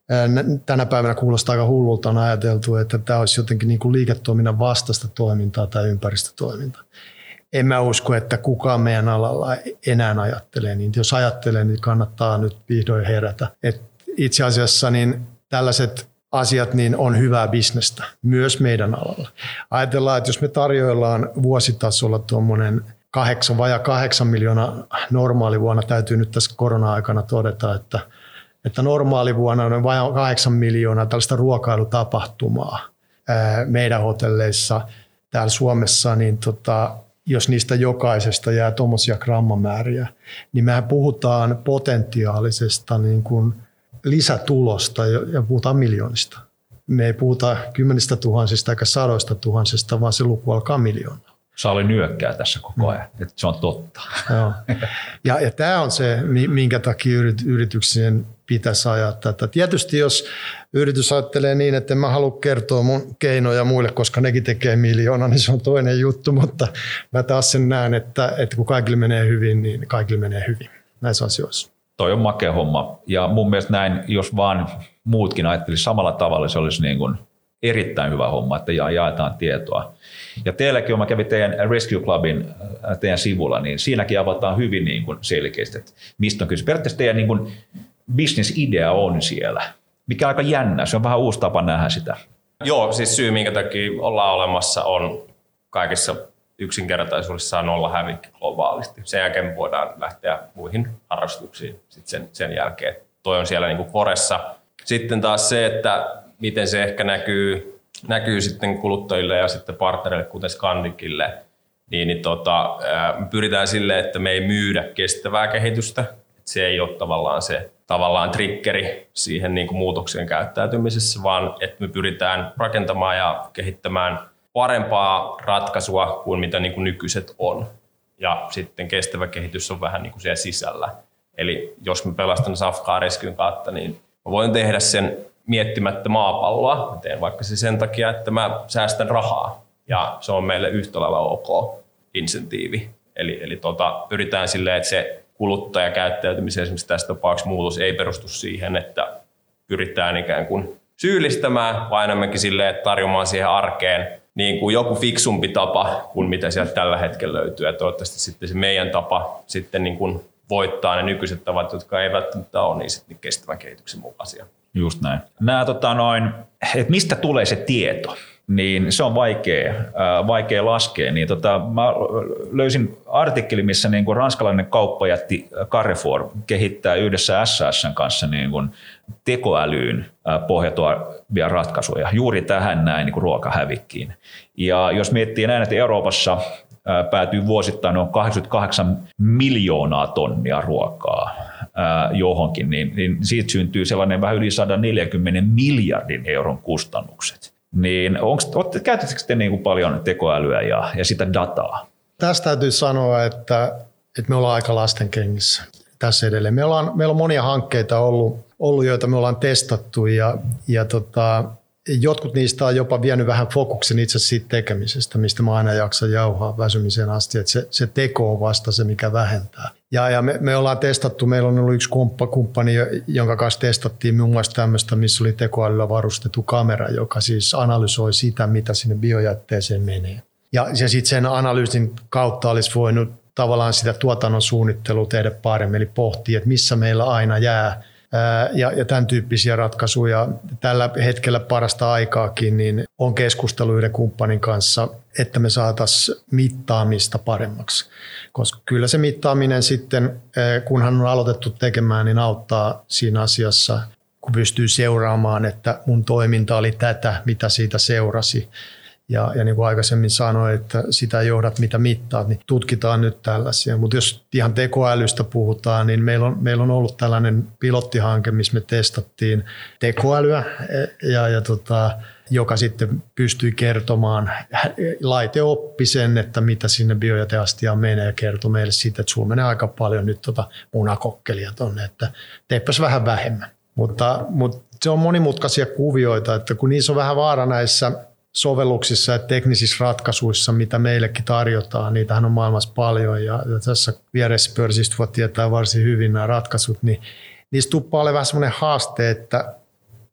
Tänä päivänä kuulostaa aika hullulta, on ajateltu, että tämä olisi jotenkin niin kuin liiketoiminnan vastaista toimintaa tai ympäristötoimintaa. En mä usko, että kukaan meidän alalla enää ajattelee niin. Jos ajattelee, niin kannattaa nyt vihdoin herätä. Et itse asiassa niin tällaiset asiat niin on hyvää bisnestä myös meidän alalla. Ajatellaan, että jos me tarjoillaan vuositasolla tuommoinen kahdeksan, vajaa kahdeksan miljoonaa normaalivuonna, täytyy nyt tässä korona-aikana todeta, että, että normaalivuonna on vajaa kahdeksan miljoonaa tällaista ruokailutapahtumaa ää, meidän hotelleissa täällä Suomessa, niin tota, jos niistä jokaisesta jää tuommoisia grammamääriä, niin mehän puhutaan potentiaalisesta niin kuin lisätulosta ja puhutaan miljoonista. Me ei puhuta kymmenistä tuhansista eikä sadoista tuhansista, vaan se luku alkaa miljoonaa. Saali nyökkää tässä koko ajan, että se on totta. Joo. Ja, ja tämä on se, minkä takia yrityksien pitäisi ajaa tätä. Tietysti jos yritys ajattelee niin, että en mä halua kertoa mun keinoja muille, koska nekin tekee miljoona, niin se on toinen juttu, mutta mä taas sen näen, että, että kun kaikille menee hyvin, niin kaikille menee hyvin näissä asioissa. Toi on makea homma ja mun mielestä näin, jos vaan muutkin ajattelisi samalla tavalla, se olisi niin kuin erittäin hyvä homma, että jaetaan tietoa. Ja teilläkin, kun mä kävin teidän Rescue Clubin teidän sivulla, niin siinäkin avataan hyvin niin kuin selkeästi, että mistä on kyse. Periaatteessa teidän niin kuin business-idea on siellä, mikä on aika jännä. Se on vähän uusi tapa nähdä sitä. Joo, siis syy, minkä takia ollaan olemassa, on kaikissa yksinkertaisuudessaan nolla hävikki globaalisti. Sen jälkeen voidaan lähteä muihin harrastuksiin sitten sen, sen jälkeen. Toi on siellä niin kuin koressa. Sitten taas se, että miten se ehkä näkyy, näkyy sitten kuluttajille ja sitten partnereille, kuten Scandicille, niin, niin tota, me pyritään silleen, että me ei myydä kestävää kehitystä. Se ei ole tavallaan se tavallaan triggeri siihen niin kuin muutoksen käyttäytymisessä, vaan että me pyritään rakentamaan ja kehittämään parempaa ratkaisua kuin mitä niin kuin nykyiset on. Ja sitten kestävä kehitys on vähän niin kuin siellä sisällä. Eli jos mä pelastan safkaa Rescuen kautta, niin mä voin tehdä sen miettimättä maapalloa. Mä teen vaikka se sen takia, että mä säästän rahaa. Ja se on meille yhtä lailla ok insentiivi. Eli, eli tota, pyritään silleen, että se kuluttajakäyttäytymisen esimerkiksi tässä tapauksessa muutos ei perustu siihen, että pyritään ikään kuin syyllistämään, vaan enemmänkin silleen, että tarjoamaan siihen arkeen niin kuin joku fiksumpi tapa kuin mitä sieltä tällä hetkellä löytyy. Ja toivottavasti sitten se meidän tapa sitten niin kuin voittaa ne nykyiset tavat, jotka ei välttämättä ole niin sitten kestävän kehityksen mukaisia. Just näin. Nämä, tota, noin, että mistä tulee se tieto, niin se on vaikea, äh, vaikea laskea. Niin, tota, mä löysin artikkelin, missä niin kuin ranskalainen kauppajätti Carrefour kehittää yhdessä S A S:n kanssa niin kuin tekoälyyn äh, pohjautuvia ratkaisuja juuri tähän näin niin kuin ruokahävikkiin. Ja jos miettii näin, että Euroopassa äh, päätyy vuosittain noin kahdeksankymmentäkahdeksan miljoonaa tonnia ruokaa äh, johonkin, niin, niin siitä syntyy sellainen vähän yli sata neljäkymmentä miljardin euron kustannukset. Niin käytättekö te niin kuin paljon tekoälyä ja, ja sitä dataa? Tästä täytyy sanoa, että, että me ollaan aika lastenkengissä tässä edelleen. Me ollaan, meillä on monia hankkeita ollut, ollut joita me ollaan testattu ja, ja tota, jotkut niistä on jopa vienyt vähän fokuksen itse siitä tekemisestä, mistä mä aina jaksan jauhaa väsymiseen asti, että se, se teko on vasta se, mikä vähentää. Ja, ja me, me ollaan testattu, meillä on ollut yksi kumppani, jonka kanssa testattiin muun muassa tämmöistä, missä oli tekoälyllä varustettu kamera, joka siis analysoi sitä, mitä sinne biojätteeseen menee. Ja, ja sitten sen analyysin kautta olisi voinut tavallaan sitä tuotannon suunnittelua tehdä paremmin, eli pohtia, että missä meillä aina jää ja, ja tämän tyyppisiä ratkaisuja. Tällä hetkellä parasta aikaakin niin on keskustelu yhden kumppanin kanssa, että me saataisiin mittaamista paremmaksi. Koska kyllä se mittaaminen sitten, kunhan on aloitettu tekemään, niin auttaa siinä asiassa, kun pystyy seuraamaan, että mun toiminta oli tätä, mitä siitä seurasi. Ja, ja niin kuin aikaisemmin sanoin, että sitä johdat, mitä mittaat, niin tutkitaan nyt tällaisia. Mutta jos ihan tekoälystä puhutaan, niin meillä on, meillä on ollut tällainen pilottihanke, missä me testattiin tekoälyä, ja, ja tota, joka sitten pystyi kertomaan, laite oppi sen, että mitä sinne biojäteastiaan menee, ja kertoi meille siitä, että sulla menee aika paljon nyt tota munakokkelia tuonne, että teepäs vähän vähemmän. Mutta, mutta se on monimutkaisia kuvioita, että kun niissä on vähän vaara näissä sovelluksissa ja teknisissä ratkaisuissa, mitä meillekin tarjotaan, niitähän on maailmassa paljon ja tässä vieressä pörssistuvat tietää varsin hyvin nämä ratkaisut, niin niistä tuppaa olemaan vähän semmoinen haaste, että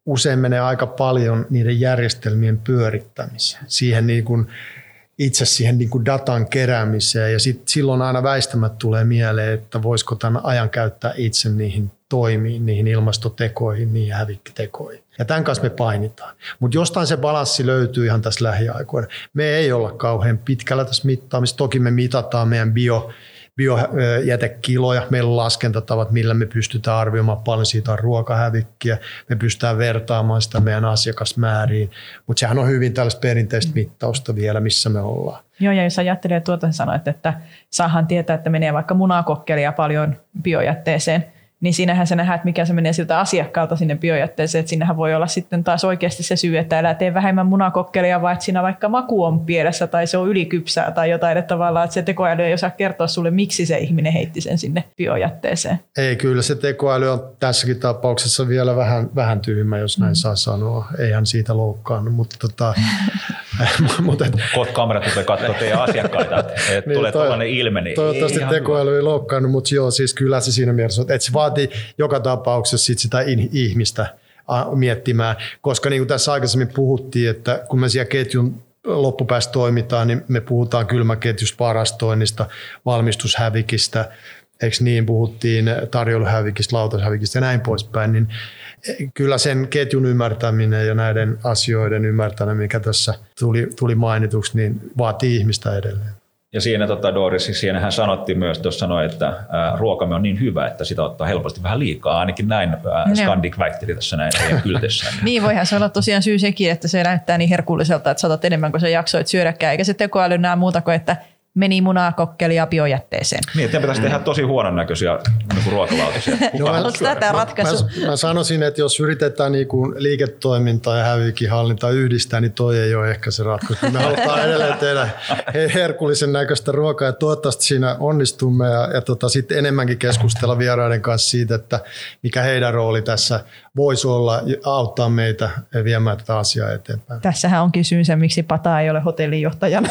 usein menee aika paljon niiden järjestelmien pyörittämiseen, siihen niin kuin itse siihen niin kuin datan keräämiseen ja sit silloin aina väistämättä tulee mieleen, että voisiko tämän ajan käyttää itse niihin toimiin, niihin ilmastotekoihin, niihin hävikkitekoihin. Ja tämän kanssa me painitaan. Mutta jostain se balanssi löytyy ihan tässä lähiaikoina. Me ei olla kauhean pitkällä tässä mittaamissa. Toki me mitataan meidän bio, biojätekiloja. Meillä on laskentatavat, millä me pystytään arvioimaan paljon siitä on ruokahävikkiä. Me pystytään vertaamaan sitä meidän asiakasmääriin. Mutta sehän on hyvin tällaista perinteistä mittausta vielä, missä me ollaan. Joo, ja jos ajattelee tuota, sanoit, että saahan tietää, että menee vaikka munakokkelia paljon biojätteeseen, niin siinähän se nähdään, että mikä se menee siltä asiakkaalta sinne biojätteeseen, että siinähän voi olla sitten taas oikeasti se syy, että älä tee vähemmän munakokkelia, vaan että siinä vaikka maku on pielessä tai se on ylikypsää tai jotain, että tavallaan että se tekoäly ei osaa kertoa sulle, miksi se ihminen heitti sen sinne biojätteeseen. Ei, kyllä se tekoäly on tässäkin tapauksessa vielä vähän, vähän tyhmä, jos näin mm. saa sanoa. Eihän siitä loukkaannut, mutta tota... mutta kohta kamerat tulee katsoa teidän asiakkaita, että niin, tulee tuollainen ilme. Niin toivottavasti ei tekoäly ei loukkaannut, mutta joo, siis kyllä se siinä mielessä, että se vaatii joka tapauksessa sit sitä ihmistä miettimään, koska niin kuin tässä aikaisemmin puhuttiin, että kun me siellä ketjun loppupäässä toimitaan, niin me puhutaan kylmäketjusta, varastoinnista, valmistushävikistä, eikö niin, puhuttiin tarjoiluhävikistä, lautashävikistä ja näin poispäin, niin kyllä sen ketjun ymmärtäminen ja näiden asioiden ymmärtäminen, mikä tässä tuli, tuli mainituksi, niin vaatii ihmistä edelleen. Ja siinä tota, Doris, siinähän sanottiin myös, tuossa sanoi, että ää, ruokamme on niin hyvä, että sitä ottaa helposti vähän liikaa, ainakin näin ää, Scandic väitteli tässä näin teidän kyltessään. Niin voihan se olla tosiaan syy sekin, että se näyttää niin herkulliselta, että saatat enemmän kuin sä jaksoit syödäkään, eikä se tekoäly näe muuta kuin, että meni munakokkelia biojätteeseen. Niin, että pitäisi tehdä tosi huonon näköisiä niin ruokalautisia. No, mä, tätä ratkaisu? Mä, mä sanoisin, että jos yritetään niin kuin liiketoimintaa ja hävikinhallintaa yhdistää, niin toi ei ole ehkä se ratkaisu. Me halutaan edelleen tehdä herkullisen näköistä ruokaa ja toivottavasti siinä onnistumme ja, ja tota, sitten enemmänkin keskustella vieraiden kanssa siitä, että mikä heidän rooli tässä voisi olla auttaa meitä viemään tätä asiaa eteenpäin. Tässähän onkin syynsä, miksi Pata ei ole hotellinjohtajana.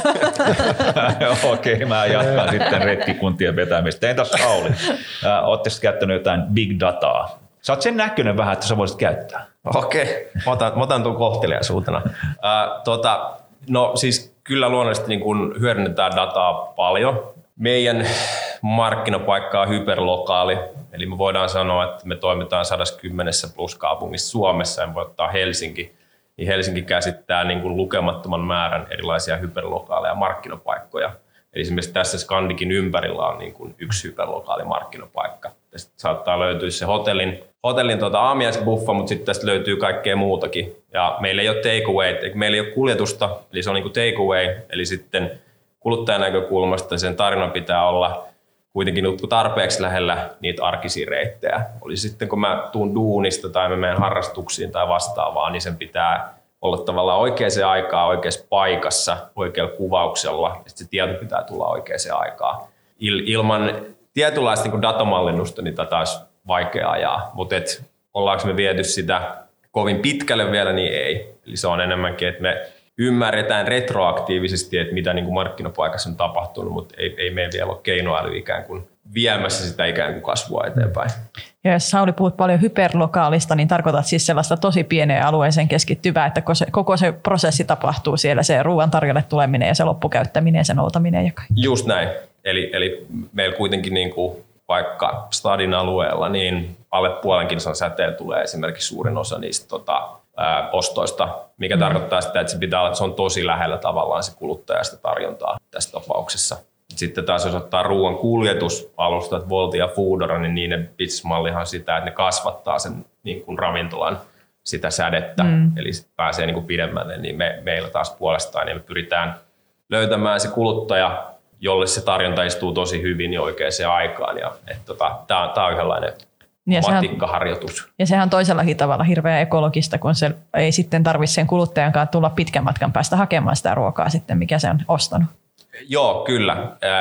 Okei, mä jatkan sitten retkikuntien vetämistä. Entäs Sauli, ootteko käyttänyt jotain big dataa? Sä oot sen näköinen vähän, että sä voisit käyttää. Okei, mä otan, mä otan tuon kohteliaisuutena. Äh, tota, no siis kyllä luonnollisesti niin kun hyödynnetään dataa paljon. Meidän markkinapaikka on hyperlokaali, eli me voidaan sanoa, että me toimitaan sata kymmenen plus kaupungissa Suomessa, ja me voi ottaa Helsinki. Niin Helsinki käsittää niin kuin lukemattoman määrän erilaisia hyperlokaaleja markkinapaikkoja. Eli esimerkiksi tässä Scandicin ympärillä on niin kuin yksi hyperlokaali markkinapaikka. Tästä saattaa löytyä se hotellin, hotellin tuota aamiaisbuffa, mutta sitten tästä löytyy kaikkea muutakin. Ja meillä ei ole take away, meillä ei ole kuljetusta, eli se on niin kuin take away. Eli sitten kuluttajan näkökulmasta sen tarinan pitää olla kuitenkin tarpeeksi lähellä niitä arkisia reittejä. Oli sitten kun mä tuun duunista tai mä menen harrastuksiin tai vastaavaan, niin sen pitää olla tavallaan oikeaan aikaan, oikeassa paikassa, oikealla kuvauksella. Ja sitten se tieto pitää tulla oikeaan aikaan. Il, ilman tietynlaista niin datamallinnusta niin tätä olisi vaikea ajaa, mutta et, ollaanko me viety sitä kovin pitkälle vielä, niin ei. Eli se on enemmänkin, että me ymmärretään retroaktiivisesti, että mitä niin kuin markkinapaikassa on tapahtunut, mutta ei, ei meillä vielä ole keinoäly ikään kuin viemässä sitä ikään kuin kasvua eteenpäin. Ja jos Sauli puhut paljon hyperlokaalista, niin tarkoitat siis sellaista tosi pieneen alueeseen keskittyvää, että koko se prosessi tapahtuu siellä, se ruoan tarjolle tuleminen ja se loppukäyttäminen ja se noutaminen ja kaikki. Just näin. Eli, eli meillä kuitenkin niin kuin vaikka stadin alueella, niin alle puolen kilsan säteellä tulee esimerkiksi suurin osa niistä tota, ää, ostoista, mikä mm. tarkoittaa sitä, että se pitää olla, että se on tosi lähellä tavallaan se kuluttajasta tarjontaa tässä tapauksessa. Sitten taas jos ottaa ruoan kuljetusalustat, Volt ja Foodora, niin niiden business-mallihan on sitä, että ne kasvattaa sen niin kuin ravintolan sitä sädettä, mm. eli pääsee niin kuin pidemmälle, niin me, meillä taas puolestaan niin me pyritään löytämään se kuluttaja, jolle se tarjonta istuu tosi hyvin ja oikeaan aikaan. Ja, tota, tämä on yhdenlainen matikkaharjoitus. Ja sehän on toisellakin tavalla hirveän ekologista, kun se ei sitten tarvitse sen kuluttajankaan tulla pitkän matkan päästä hakemaan sitä ruokaa sitten, mikä se on ostanut. Joo, kyllä.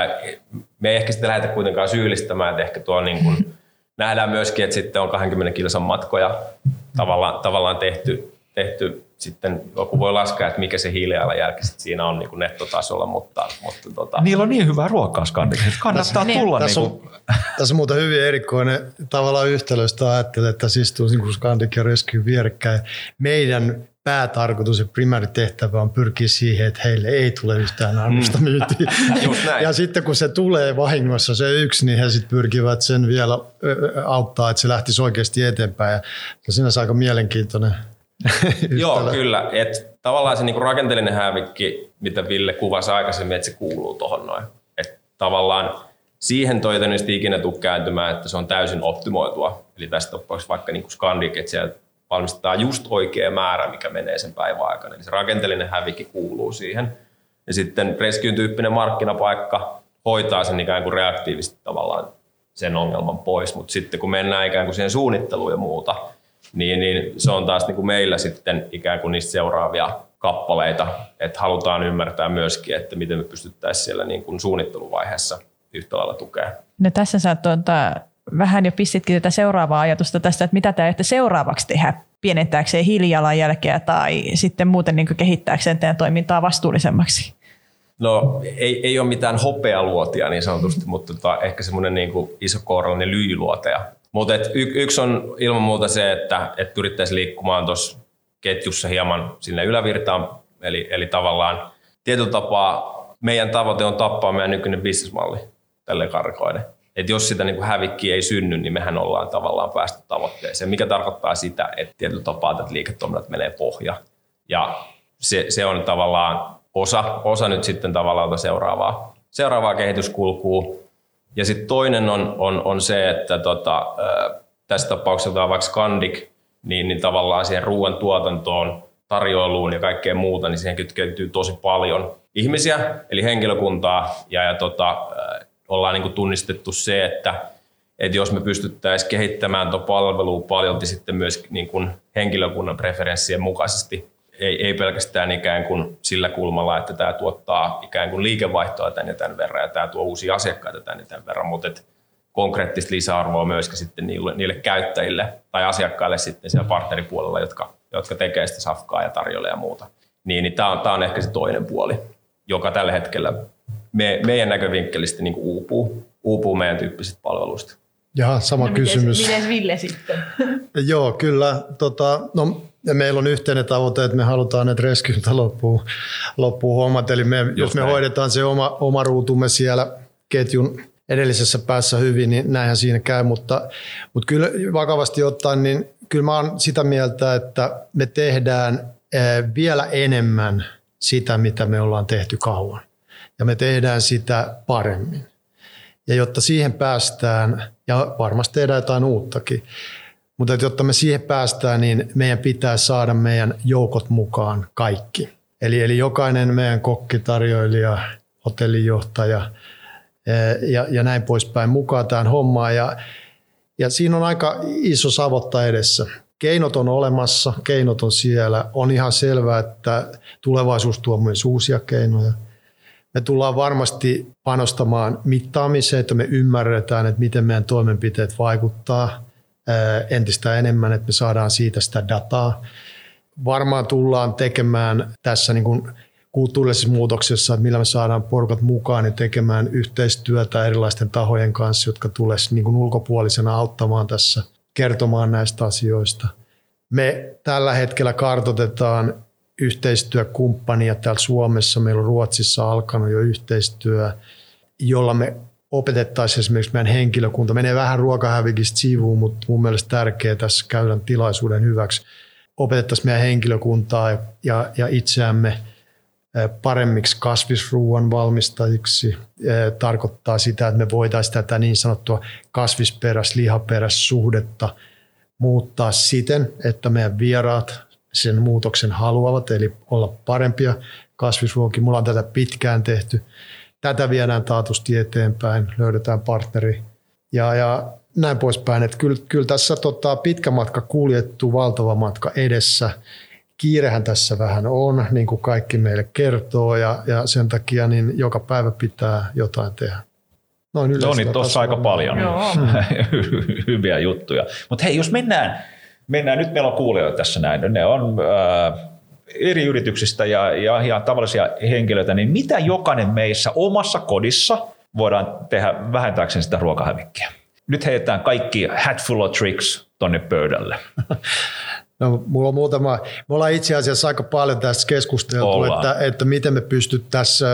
Me ei ehkä sitten lähdetä kuitenkaan syyllistämään, että ehkä tuo niin kuin nähdään myöskin, että sitten on kaksikymmentä kilsan matkoja tavallaan, tavallaan tehty, tehty sitten joku voi laskea, että mikä se hiilijalanjälki siinä on niin kuin nettotasolla, mutta, mutta tota... Niillä on niin hyvää ruokaa Scandicissa, että kannattaa Tässä- tulla. Tässä Niin on, kuin... tässä on muuten hyvin erikoinen tavallaan yhtälöstä ajattelee, että tässä istuu niin Scandic ja Rescue vierekkäin. Meidän päätarkoitus ja primääritehtävä on pyrkiä siihen, että heille ei tule yhtään annosta myyntiä. Just näin. Ja sitten kun se tulee vahingossa se yksi, niin he sitten pyrkivät sen vielä ö, auttaa, että se lähtisi oikeasti eteenpäin. Ja se on sinänsä aika mielenkiintoinen yhtälö. Joo, kyllä. Et tavallaan se niinku rakenteellinen hävikki, mitä Ville kuvasi aikaisemmin, että se kuuluu tuohon noin. Et tavallaan siihen toi ei ikinä tule kääntymään, että se on täysin optimoitua. Eli tässä tapauksessa vaikka niinku Scandic, että siellä valmistetaan just oikea määrä, mikä menee sen päivän aikana. Eli se rakenteellinen hävikki kuuluu siihen. Ja sitten Rescuen tyyppinen markkinapaikka hoitaa sen ikään kuin reaktiivisesti tavallaan sen ongelman pois. Mutta sitten kun mennään ikään kuin siihen suunnitteluun ja muuta, niin, niin se on taas niin kuin meillä sitten ikään kuin niistä seuraavia kappaleita, että halutaan ymmärtää myöskin, että miten me pystyttäisiin siellä niin kuin suunnitteluvaiheessa yhtä lailla tukea. No tässä sä tuota, vähän jo pistitkin tätä seuraavaa ajatusta tästä, että mitä te aiotte seuraavaksi tehdä pienentääkseen hiilijalanjälkeä tai sitten muuten niin kuin kehittääkseen teidän toimintaa vastuullisemmaksi? No ei, ei ole mitään hopealuotia niin sanotusti, mutta tota, ehkä semmoinen niin kuin isokourallinen lyijyluoteja. Mutta y, yksi on ilman muuta se, että et pyrittäisiin liikkumaan tuossa ketjussa hieman sinne ylävirtaan. Eli, eli tavallaan tietyllä tapaa meidän tavoite on tappaa meidän nykyinen bisnesmalli tälle karkoinen. Että jos sitä niin kuin hävikkiä ei synny, niin mehän ollaan tavallaan päästy tavoitteeseen, mikä tarkoittaa sitä, että tietyllä tapaa että liiketoiminnat menee pohja. Ja se, se on tavallaan osa, osa nyt sitten tavallaan seuraavaa, seuraavaa kehityskulkua. Ja sitten toinen on, on, on se, että tota, tässä tapauksessa vaikka Scandic, niin, niin tavallaan siihen ruoan tuotantoon, tarjoiluun ja kaikkeen muuta, niin siihen kytkeytyy tosi paljon ihmisiä, eli henkilökuntaa, ja, ja tota, ollaan niin kuin tunnistettu se, että, että jos me pystyttäisiin kehittämään tuo palvelua paljolti sitten myös niin kuin henkilökunnan preferenssien mukaisesti, ei, ei pelkästään ikään kuin sillä kulmalla, että tämä tuottaa ikään kuin liikevaihtoa tän ja tämän verran, ja tämä tuo uusia asiakkaita tän ja tämän verran, mutta et konkreettista lisäarvoa myöskin sitten niille, niille käyttäjille tai asiakkaille sitten siellä partneripuolella, jotka, jotka tekee sitä safkaa ja tarjoilee ja muuta. Niin, niin tämä on, tämä on ehkä se toinen puoli, joka tällä hetkellä me, meidän näkövinkkelistä niin kuin uupuu, uupuu meidän tyyppisistä palveluista. Jaha, sama no, kysymys. Miten, miten Ville sitten? Joo, kyllä. Tota, no, ja meillä on yhteinen tavoite, että me halutaan, että Rescueltä loppuu, loppuu hommat. Eli me, jos me näin. hoidetaan se oma, oma ruutumme siellä ketjun edellisessä päässä hyvin, niin näinhän siinä käy. Mutta, mutta kyllä vakavasti ottaen, niin kyllä mä oon sitä mieltä, että me tehdään vielä enemmän sitä, mitä me ollaan tehty kauan. Ja me tehdään sitä paremmin. Ja jotta siihen päästään, ja varmasti tehdään jotain uuttakin, mutta jotta me siihen päästään, niin meidän pitää saada meidän joukot mukaan kaikki. Eli, eli jokainen meidän kokkitarjoilija, hotellinjohtaja ja, ja näin poispäin mukaan tähän hommaan. Ja, ja siinä on aika iso savotta edessä. Keinot on olemassa, keinot on siellä. On ihan selvää, että tulevaisuus tuo myös uusia keinoja. Me tullaan varmasti panostamaan mittaamiseen, että me ymmärretään, että miten meidän toimenpiteet vaikuttaa entistä enemmän, että me saadaan siitä sitä dataa. Varmaan tullaan tekemään tässä niin kuin kulttuurillisessa muutoksessa, että millä me saadaan porukat mukaan, niin tekemään yhteistyötä erilaisten tahojen kanssa, jotka tulisivat niin kuin ulkopuolisena auttamaan tässä, kertomaan näistä asioista. Me tällä hetkellä kartoitetaan yhteistyökumppania täällä Suomessa. Meillä on Ruotsissa alkanut jo yhteistyö, jolla me opetettaisiin esimerkiksi meidän henkilökunta. Menee vähän ruokahävikistä sivuun, mutta mun mielestä tärkeää tässä käydään tilaisuuden hyväksi. Opetettaisiin meidän henkilökuntaa ja, ja itseämme paremmiksi kasvisruuan valmistajiksi. Tarkoittaa sitä, että me voitaisiin tätä niin sanottua kasvisperäis, lihaperäis suhdetta muuttaa siten, että meidän vieraat sen muutoksen haluavat, eli olla parempia kasvisruokia. Mulla on tätä pitkään tehty. Tätä viedään taatusti eteenpäin, löydetään partneri ja, ja näin poispäin. Että kyllä, kyllä tässä tota, pitkä matka kuljettu, valtava matka edessä. Kiirehän tässä vähän on, niin kuin kaikki meille kertoo, ja, ja sen takia niin joka päivä pitää jotain tehdä. Noin no niin, tuossa aika paljon hyviä juttuja. Mutta hei, jos mennään, mennään, nyt meillä on kuulijoita tässä näin, ne on äh, eri yrityksistä ja, ja ihan tavallisia henkilöitä, niin mitä jokainen meissä omassa kodissa voidaan tehdä vähentääkseen sitä ruokahävikkiä? Nyt heitetään kaikki hat full of tricks tonne pöydälle. No, mulla on muutama, me ollaan itse asiassa aika paljon tästä keskusteltu, että, että miten me pystyttäisiin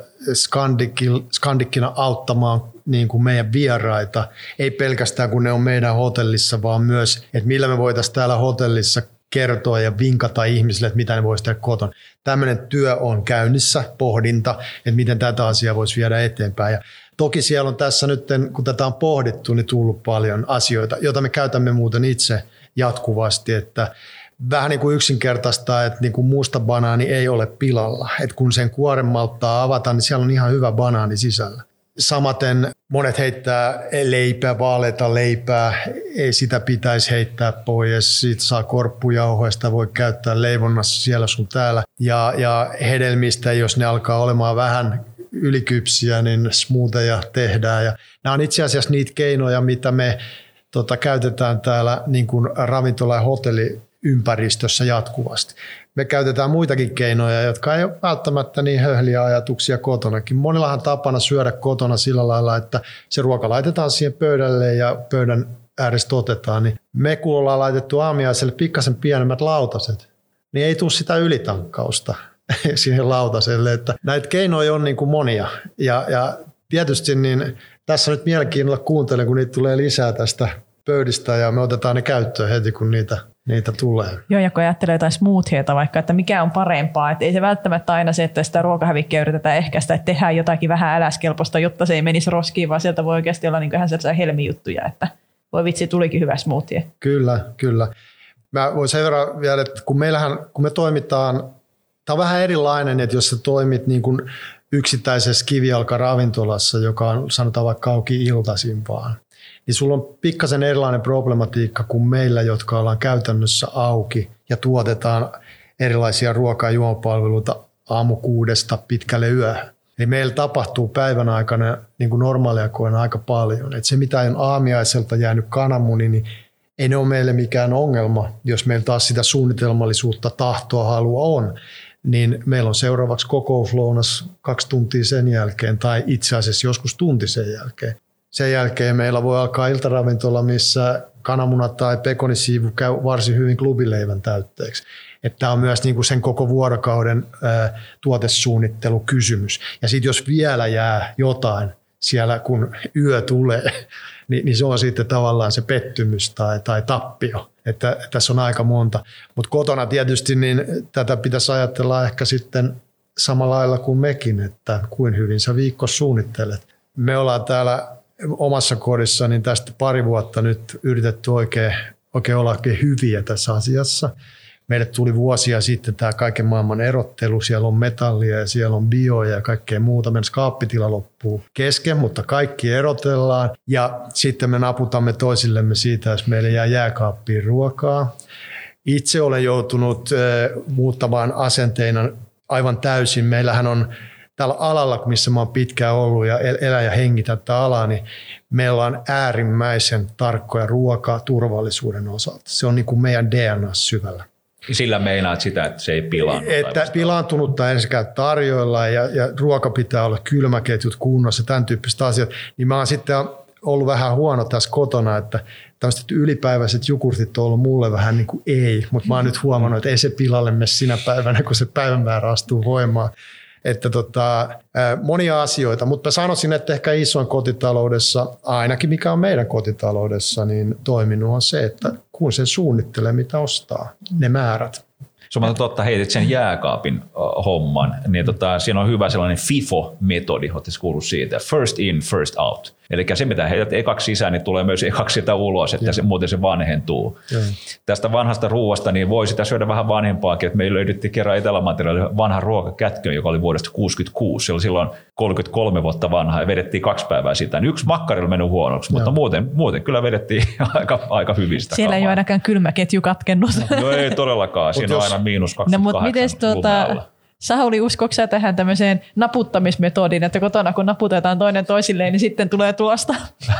Scandiccina auttamaan niin kuin meidän vieraita, ei pelkästään kun ne on meidän hotellissa, vaan myös, että millä me voitaisiin täällä hotellissa kertoa ja vinkata ihmisille, että mitä ne voisi tehdä kotona. Tämmöinen työ on käynnissä, pohdinta, että miten tätä asiaa voisi viedä eteenpäin. Ja toki siellä on tässä nyt, kun tätä on pohdittu, niin tullut paljon asioita, joita me käytämme muuten itse jatkuvasti, että vähän niin kuin yksinkertaistaa, että niin kuin musta banaani ei ole pilalla. Että kun sen kuoren malttaa avata, niin siellä on ihan hyvä banaani sisällä. Samaten monet heittää leipää, vaaleita leipää, ei sitä pitäisi heittää pois. Siitä saa korppujauhoja, sitä voi käyttää leivonnassa siellä sun täällä. Ja, ja hedelmistä, jos ne alkaa olemaan vähän ylikypsiä, niin smoothieja tehdään. Ja nämä on itse asiassa niitä keinoja, mitä me tota, käytetään täällä niin kuin ravintola- ja hotelliympäristössä jatkuvasti. Me käytetään muitakin keinoja, jotka ei ole välttämättä niin höhliä ajatuksia kotonakin. Monillahan tapana syödä kotona sillä lailla, että se ruoka laitetaan siihen pöydälle ja pöydän äärestä otetaan. Niin me kun ollaan laitettu aamiaiselle pikkasen pienemmät lautaset, niin ei tule sitä ylitankkausta siihen lautaselle. Että näitä keinoja on niin kuin monia ja, ja tietysti niin tässä nyt mielenkiinnolla kuuntelen, kun niitä tulee lisää tästä pöydistä ja me otetaan ne käyttöön heti, kun niitä, niitä tulee. Joo, ja kun ajattelee jotain smoothieita vaikka, että mikä on parempaa, että ei se välttämättä aina se, että sitä ruokahävikkiä yritetään ehkäistä, että tehdään jotakin vähän äläskelpoista, jotta se ei menisi roskiin, vaan sieltä voi oikeasti olla niin ihan sellaisia helmijuttuja, että voi vitsi, tulikin hyvä smoothie. Kyllä, kyllä. Mä voin sen verran vielä, että kun meillähän, kun me toimitaan, tämä on vähän erilainen, että jos sä toimit niin kuin yksittäisessä kivijalkaravintolassa, joka on sanotaan vaikka auki iltaisin vaan, niin sulla on pikkasen erilainen problematiikka kuin meillä, jotka ollaan käytännössä auki ja tuotetaan erilaisia ruoka- ja juomapalveluita aamukuudesta pitkälle yöhön. Eli meillä tapahtuu päivän aikana niin kuin normaaliaikoina aika paljon. Et se, mitä on aamiaiselta jäänyt kananmuni, niin ei ne ole meille mikään ongelma, jos meillä taas sitä suunnitelmallisuutta, tahtoa, halua on. Niin meillä on seuraavaksi kokouslounas kaksi tuntia sen jälkeen tai itse asiassa joskus tunti sen jälkeen. Sen jälkeen meillä voi alkaa iltaravintola, missä kananmunat tai pekonisiivu käy varsin hyvin klubileivän täytteeksi. Tämä on myös niin kuin sen koko vuorokauden ää, tuotesuunnittelukysymys. Ja sitten jos vielä jää jotain siellä, kun yö tulee, niin, niin se on sitten tavallaan se pettymys tai, tai tappio. Että tässä on aika monta. Mutta kotona tietysti niin tätä pitäisi ajatella ehkä sitten samalla lailla kuin mekin, että kuin hyvin sä viikko suunnittelet. Me ollaan täällä omassa kodissa niin tästä pari vuotta nyt yritetty oikein, oikein olla oikein hyviä tässä asiassa. Meille tuli vuosia sitten tämä kaiken maailman erottelu. Siellä on metallia ja siellä on bioja ja kaikkea muuta. Meidän skaappitila loppuu kesken, mutta kaikki erotellaan. Ja sitten me naputamme toisillemme siitä, jos meille jää jääkaappiin ruokaa. Itse olen joutunut äh, muuttamaan asenteina aivan täysin. Meillähän on tällä alalla, missä mä oon pitkään ollut ja elän ja hengitän tätä alaa, niin meillä on äärimmäisen tarkkoja ruokaa turvallisuuden osalta. Se on niin kuin meidän D N A syvällä. Sillä meinaat sitä, että se ei pilaannu. Että pilaantunutta ensinnäkään tarjoilla ja, ja ruoka pitää olla kylmäketjut kunnossa, tämän tyyppiset asiat. Niin mä oon sitten ollut vähän huono tässä kotona, että tämmöiset ylipäiväiset jogurtit on ollut mulle vähän niin kuin ei, mutta mä oon nyt huomannut, että ei se pilalle mene sinä päivänä, kun se päivämäärä astuu voimaan. Että tota, monia asioita, mutta sanoisin, että ehkä isoin kotitaloudessa, ainakin mikä on meidän kotitaloudessa, niin toiminut on se, että kun sen suunnittelee, mitä ostaa, ne määrät. Sun on totta, heitit sen jääkaapin homman, niin tota, siinä on hyvä sellainen FIFO-metodi, ootte kuullut siitä, first in, first out. Eli se, mitä heität ekaksi sisään, niin tulee myös ekaksi sitä ulos, että se, muuten se vanhentuu. Ja. Tästä vanhasta ruuasta niin voi sitä syödä vähän vanhempaakin, että meillä löydettiin kerran Etelämantereella vanha ruokakätkö, joka oli vuodesta kuusikymmentäkuusi. Se oli silloin kolmekymmentäkolme vuotta vanha ja vedettiin kaksi päivää sitä. Niin yksi makkarilla meni huonoksi, mutta muuten, muuten kyllä vedettiin aika, aika hyvistä. Siellä ei ole ainakaan kylmäketju katkennut. No ei todellakaan, siinä on aina miinus kaksikymmentäkahdeksan no, tuota, Sauli, uskotko sä tähän tämmöiseen naputtamismetodiin, että kotona kun naputetaan toinen toisilleen, niin sitten tulee tuosta?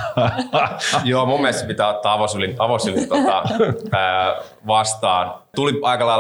Joo, mun mielestä pitää ottaa avosylin, avosylin tota, ää, vastaan. Tuli aika lailla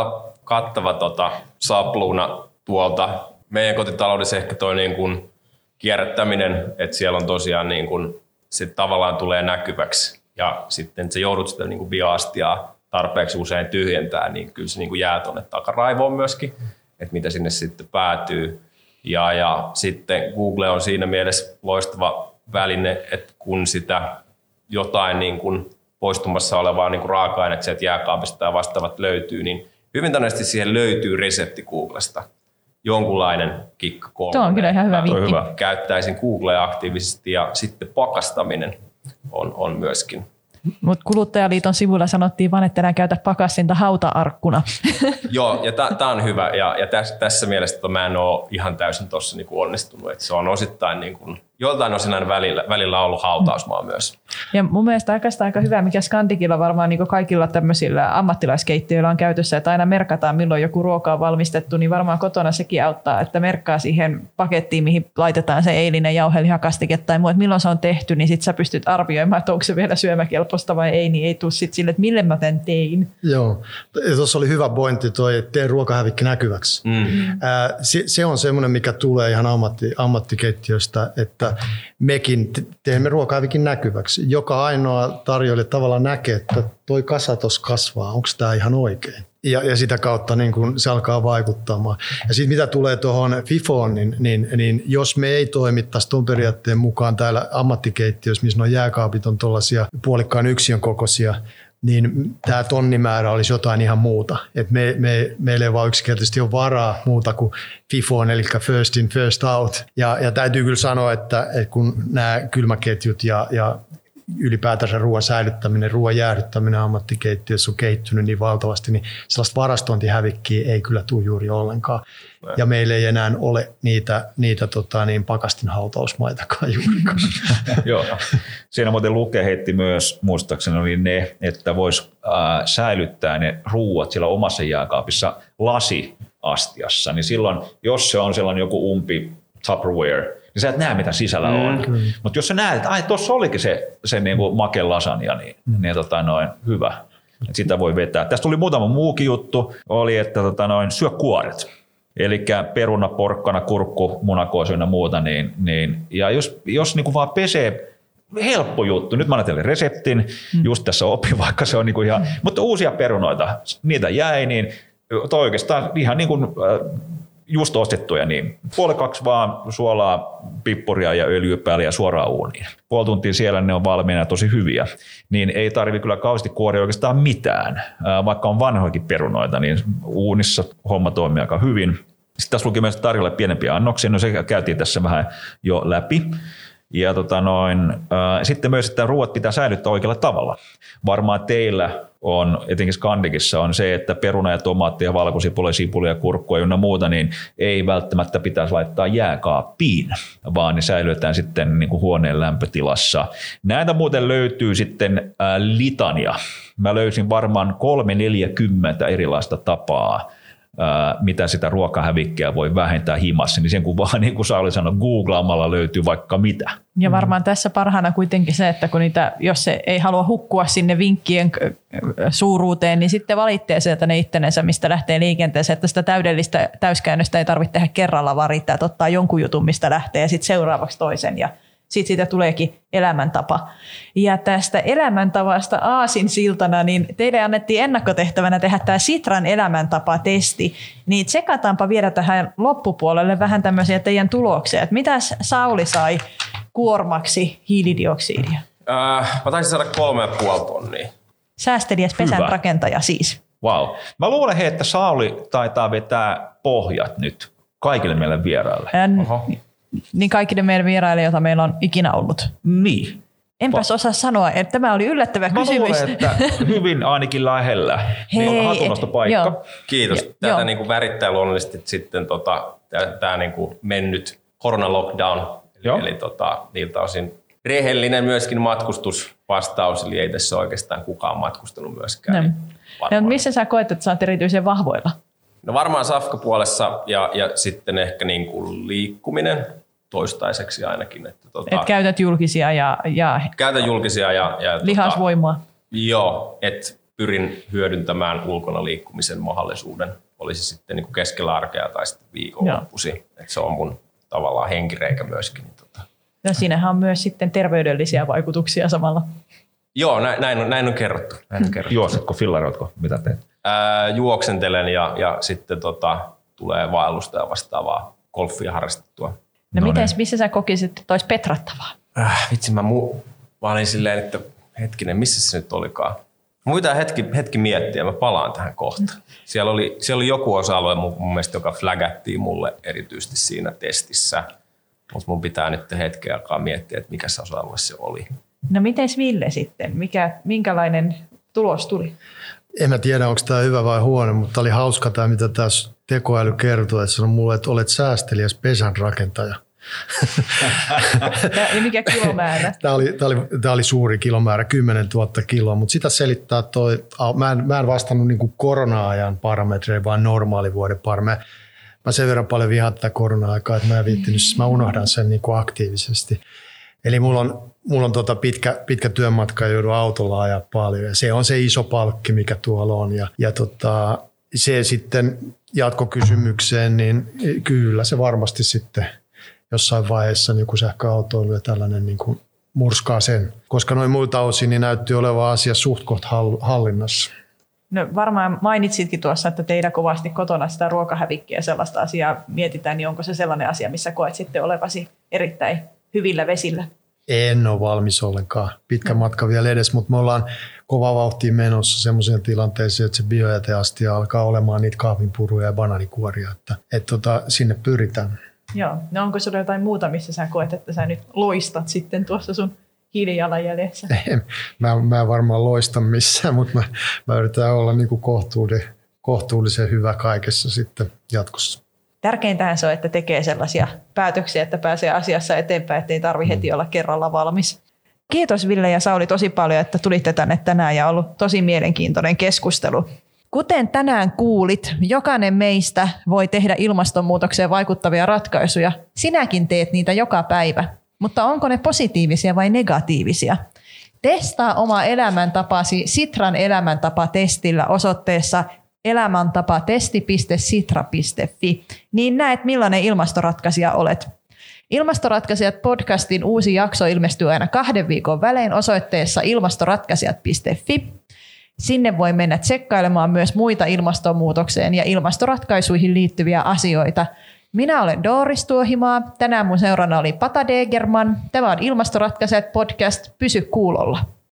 kattava tota, sapluuna tuolta. Meidän kotitaloudessa ehkä toi niin kuin kierrättäminen, että siellä on tosiaan niin kuin, se tavallaan tulee näkyväksi ja sitten sä joudut sitä niin kuin bioastiaa tarpeeksi usein tyhjentää, niin kyllä se niin kuin jää tuonne takaraivoon myöskin, että mitä sinne sitten päätyy. Ja, ja sitten Google on siinä mielessä loistava väline, että kun sitä jotain niin kuin poistumassa olevaa niin kuin raaka-ainetta sieltä jääkaapista tai vastaavat löytyy, niin hyvin todennäköisesti siihen löytyy resepti Googlesta. Jonkunlainen kikka kolme. Tuo on kyllä ihan hyvä vinkki. Käyttäisin Googlea aktiivisesti ja sitten pakastaminen on, on myöskin. Mutta Kuluttajaliiton sivuilla sanottiin vaan, että enää käytä pakastinta hauta-arkkuna. Joo, ja tämä on hyvä. Ja, ja tässä, tässä mielessä mä en ole ihan täysin tuossa niinku onnistunut. Et se on osittain, niinku, joltain osin aina välillä, välillä ollut hautausmaa myös. Ja mun mielestä oikeastaan aika hyvä, mikä Skandikilla varmaan niinku kaikilla tämmöisillä ammattilaiskeittiöillä on käytössä, että aina merkataan, milloin joku ruoka on valmistettu, niin varmaan kotona sekin auttaa, että merkkaa siihen pakettiin, mihin laitetaan se eilinen jauhelihakastike tai muu, että milloin se on tehty, niin sit sä pystyt arvioimaan, että onko se vielä syömäkelpoista vai ei, niin ei tule sitten sille, että mille mä tämän tein. Joo, tuossa oli hyvä pointti toi, että tee ruokahävikki näkyväksi. Mm. Ää, se, se on semmoinen, mikä tulee ihan ammatti, ammattikeittiöstä, että mekin teemme ruokahävikin näkyväksi. Joka ainoa tarjoilija tavallaan näkee, että toi kasa tuossa kasvaa, onko tämä ihan oikein? Ja, ja sitä kautta niin kun se alkaa vaikuttamaan. Ja sitten mitä tulee tuohon FIFOon, niin, niin, niin jos me ei toimittaisi tuon periaatteen mukaan täällä ammattikeittiössä, missä nuo jääkaapit on tuollaisia puolikkaan yksiön kokoisia, niin tämä tonnimäärä olisi jotain ihan muuta. Et me, me, meillä ei vaan yksinkertaisesti ole varaa muuta kuin FIFOon, eli first in, first out. Ja, ja täytyy kyllä sanoa, että, että kun nämä kylmäketjut ja, ja ylipäätänsä ruoan säilyttäminen, ruoan jäähdyttäminen ammattikeittiössä on kehittynyt niin valtavasti, niin sellaista varastointihävikkiä ei kyllä tule juuri ollenkaan. Ja meillä ei enää ole niitä, niitä tota, niin pakastinhautausmaitakaan juurikaan. Joo. Siinä muuten Luke heitti myös, muistaakseni oli ne, että voisi äh, säilyttää ne ruuat siellä omassa jääkaapissa lasiastiassa. Niin silloin, jos se on sellainen joku umpi Tupperware, niin sä et näe, mitä sisällä on. Mm. Mutta jos sä näet, että ai, tuossa olikin se, se niinku make lasagna, niin, mm. niin tota noin, hyvä. Et sitä voi vetää. Tästä tuli muutama muukin juttu, oli, että tota noin, syö kuoret. Eli peruna, porkkana, kurkku, munakoisu ja muuta. Niin, niin, ja jos, jos niinku vaan pesee, helppo juttu. Nyt mä ajattelin reseptin, mm. just tässä opin, vaikka se on niinku ihan, mm. mutta uusia perunoita, niitä jäi, niin toi oikeastaan ihan niin kuin just ostettuja, niin puoli kaksi vaan suolaa, pippuria ja öljyä päälle ja suoraan uuniin. Puoli tuntia siellä ne on valmiina tosi hyviä. Niin ei tarvi kyllä kauheasti kuoria oikeastaan mitään. Vaikka on vanhoikin perunoita, niin uunissa homma toimii aika hyvin. Sitten tässä luki myös tarjolla pienempiä annoksia, no se käytiin tässä vähän jo läpi. Ja tota noin, äh, sitten myös, että ruoat pitää säilyttää oikealla tavalla. Varmaan teillä on, etenkin Skandikissa on se, että peruna ja tomaattia, valkosipulia, sipulia, kurkkua ja muuta, niin ei välttämättä pitäisi laittaa jääkaappiin, vaan ne säilytetään sitten niin kuin huoneen lämpötilassa. Näitä muuten löytyy sitten äh, litania. Mä löysin varmaan kolme neljäkymmentä erilaista tapaa, mitä sitä ruokahävikkiä voi vähentää himassa, niin sen kun vaan niin kuin Sauli sanoi, googlaamalla löytyy vaikka mitä. Ja varmaan tässä parhaana kuitenkin se, että kun niitä, jos se ei halua hukkua sinne vinkkien suuruuteen, niin sitten valitsee sieltä ne ittenensä, mistä lähtee liikenteeseen, että sitä täydellistä täyskäännöstä ei tarvitse tehdä kerralla, vaan riittää, että ottaa jonkun jutun, mistä lähtee ja sitten seuraavaksi toisen ja sitten siitä tuleekin elämäntapa. Ja tästä elämäntavasta aasinsiltana, niin teille annettiin ennakkotehtävänä tehdä tämä Sitran elämäntapa-testi. Niin tsekataanpa vielä tähän loppupuolelle vähän tämmöisiä teidän tuloksia. Että mitäs Sauli sai kuormaksi hiilidioksidia? Äh, mä taisin saada kolme ja puoli tonnia. Säästeliäs pesän Hyvä. rakentaja siis. Wow. Mä luulen, hei, että Sauli taitaa vetää pohjat nyt kaikille meille vieraille. Än, niin kaikille meidän vieraille, joita meillä on ikinä ollut. Niin. Enpäs osaa sanoa, että tämä oli yllättävä Mä kysymys. luulen, että hyvin ainakin lähellä. Hei, niin on hatunnostopaikka. joo. Kiitos. Ja, Tätä joo. niin kuin värittää luonnollisesti sitten tota, tämä niin kuin mennyt korona-lockdown. Joo. Eli, eli tota, niiltä osin rehellinen myöskin matkustusvastaus, eli ei tässä oikeastaan kukaan matkustanut myöskään. No. Niin No, missä sä koet, että sä oot erityisen vahvoilla? no varmaan safkapuolessa ja, ja sitten ehkä niin kuin liikkuminen toistaiseksi ainakin. Että tota, Et käytät julkisia ja, ja käytän julkisia ja... ja lihasvoimaa. Tota, joo, että pyrin hyödyntämään ulkona liikkumisen mahdollisuuden olisi sitten niin kuin keskellä arkea tai sitten viikonloppuisin. Että se on mun tavallaan henkireikä myöskin. Niin tota. No siinähän on myös sitten terveydellisiä vaikutuksia samalla. Joo, näin, näin, on, näin on kerrottu. Näin on kerrottu. Juosetko, fillaroitko, mitä teet? Ää, juoksentelen ja, ja sitten tota, tulee vaellusta ja vastaavaa golfia harrastettua. No, No miten, niin. missä sä kokisit, että olisi petrattavaa? Äh, vitsi, mä, mu- mä olin silleen, että hetkinen, missä se nyt olikaan? Mä pitää hetki, hetki miettiä, mä palaan tähän kohta. Siellä oli, siellä oli joku osa-alue mun, mun mielestä, joka flagattiin mulle erityisesti siinä testissä. Mutta mun pitää nyt hetken alkaa miettiä, että mikä se osa-alue se oli. No miten Ville sitten? Mikä, minkälainen tulos tuli? En mä tiedä, onko tämä hyvä vai huono, mutta oli hauska tämä, mitä tässä tekoäly kertoo, että sanoi mulle, että olet säästeliäs pesän rakentaja. Ja mikä kilomäärä? Tämä oli, tämä, oli, tämä oli suuri kilomäärä, kymmenen tuhatta kiloa, mutta sitä selittää toi, mä en, mä en vastannut niin kuin korona-ajan parametreja, vaan normaalivuoden parametreja. Mä sen verran paljon vihaan tätä korona-aikaa, että mä en viittinyt, siis mä unohdan sen niin kuin aktiivisesti. Eli mulla on, mulla on tota pitkä, pitkä työmatka ja joudun autolla ajaa paljon ja se on se iso palkki, mikä tuolla on. Ja, ja tota, se sitten jatkokysymykseen, niin kyllä se varmasti sitten jossain vaiheessa niin kuin sähköautoilu ja tällainen niin kuin murskaa sen. Koska noin muilta osin niin näytti olevan asia suht koht hallinnassa. No varmaan mainitsitkin tuossa, että teillä kovasti kotona sitä ruokahävikkiä ja sellaista asiaa mietitään, niin onko se sellainen asia, missä koet sitten olevasi erittäin hyvillä vesillä? En ole valmis ollenkaan. Pitkä matka vielä edes, mutta me ollaan kova vauhtia menossa semmoiseen tilanteeseen, että se biojäteastia alkaa olemaan niitä kahvinpuruja ja bananikuoria, että, että tota, sinne pyritään. Joo. No onko sinulla jotain muuta, missä sä koet, että sä nyt loistat sitten tuossa sun hiilijalanjäljessä? Mä, mä en varmaan loista missään, mutta mä, mä yritän olla niin kuin kohtuullisen, kohtuullisen hyvä kaikessa sitten jatkossa. Tärkeintähän se on, että tekee sellaisia päätöksiä, että pääsee asiassa eteenpäin, ettei tarvitse heti olla kerralla valmis. Kiitos Ville ja Sauli tosi paljon, että tulitte tänne tänään ja on ollut tosi mielenkiintoinen keskustelu. Kuten tänään kuulit, jokainen meistä voi tehdä ilmastonmuutokseen vaikuttavia ratkaisuja. Sinäkin teet niitä joka päivä, mutta onko ne positiivisia vai negatiivisia? Testaa oma elämäntapasi Sitran elämäntapa-testillä osoitteessa elämäntapatesti piste sitra piste fi, niin näet millainen ilmastoratkaisija olet. Ilmastoratkaisijat podcastin uusi jakso ilmestyy aina kahden viikon välein osoitteessa ilmastoratkaisijat piste fi. Sinne voi mennä tsekkailemaan myös muita ilmastonmuutokseen ja ilmastoratkaisuihin liittyviä asioita. Minä olen Doris Tuohimaa. Tänään mun seurana oli Pata Degerman. Tämä on Ilmastoratkaisijat podcast. Pysy kuulolla.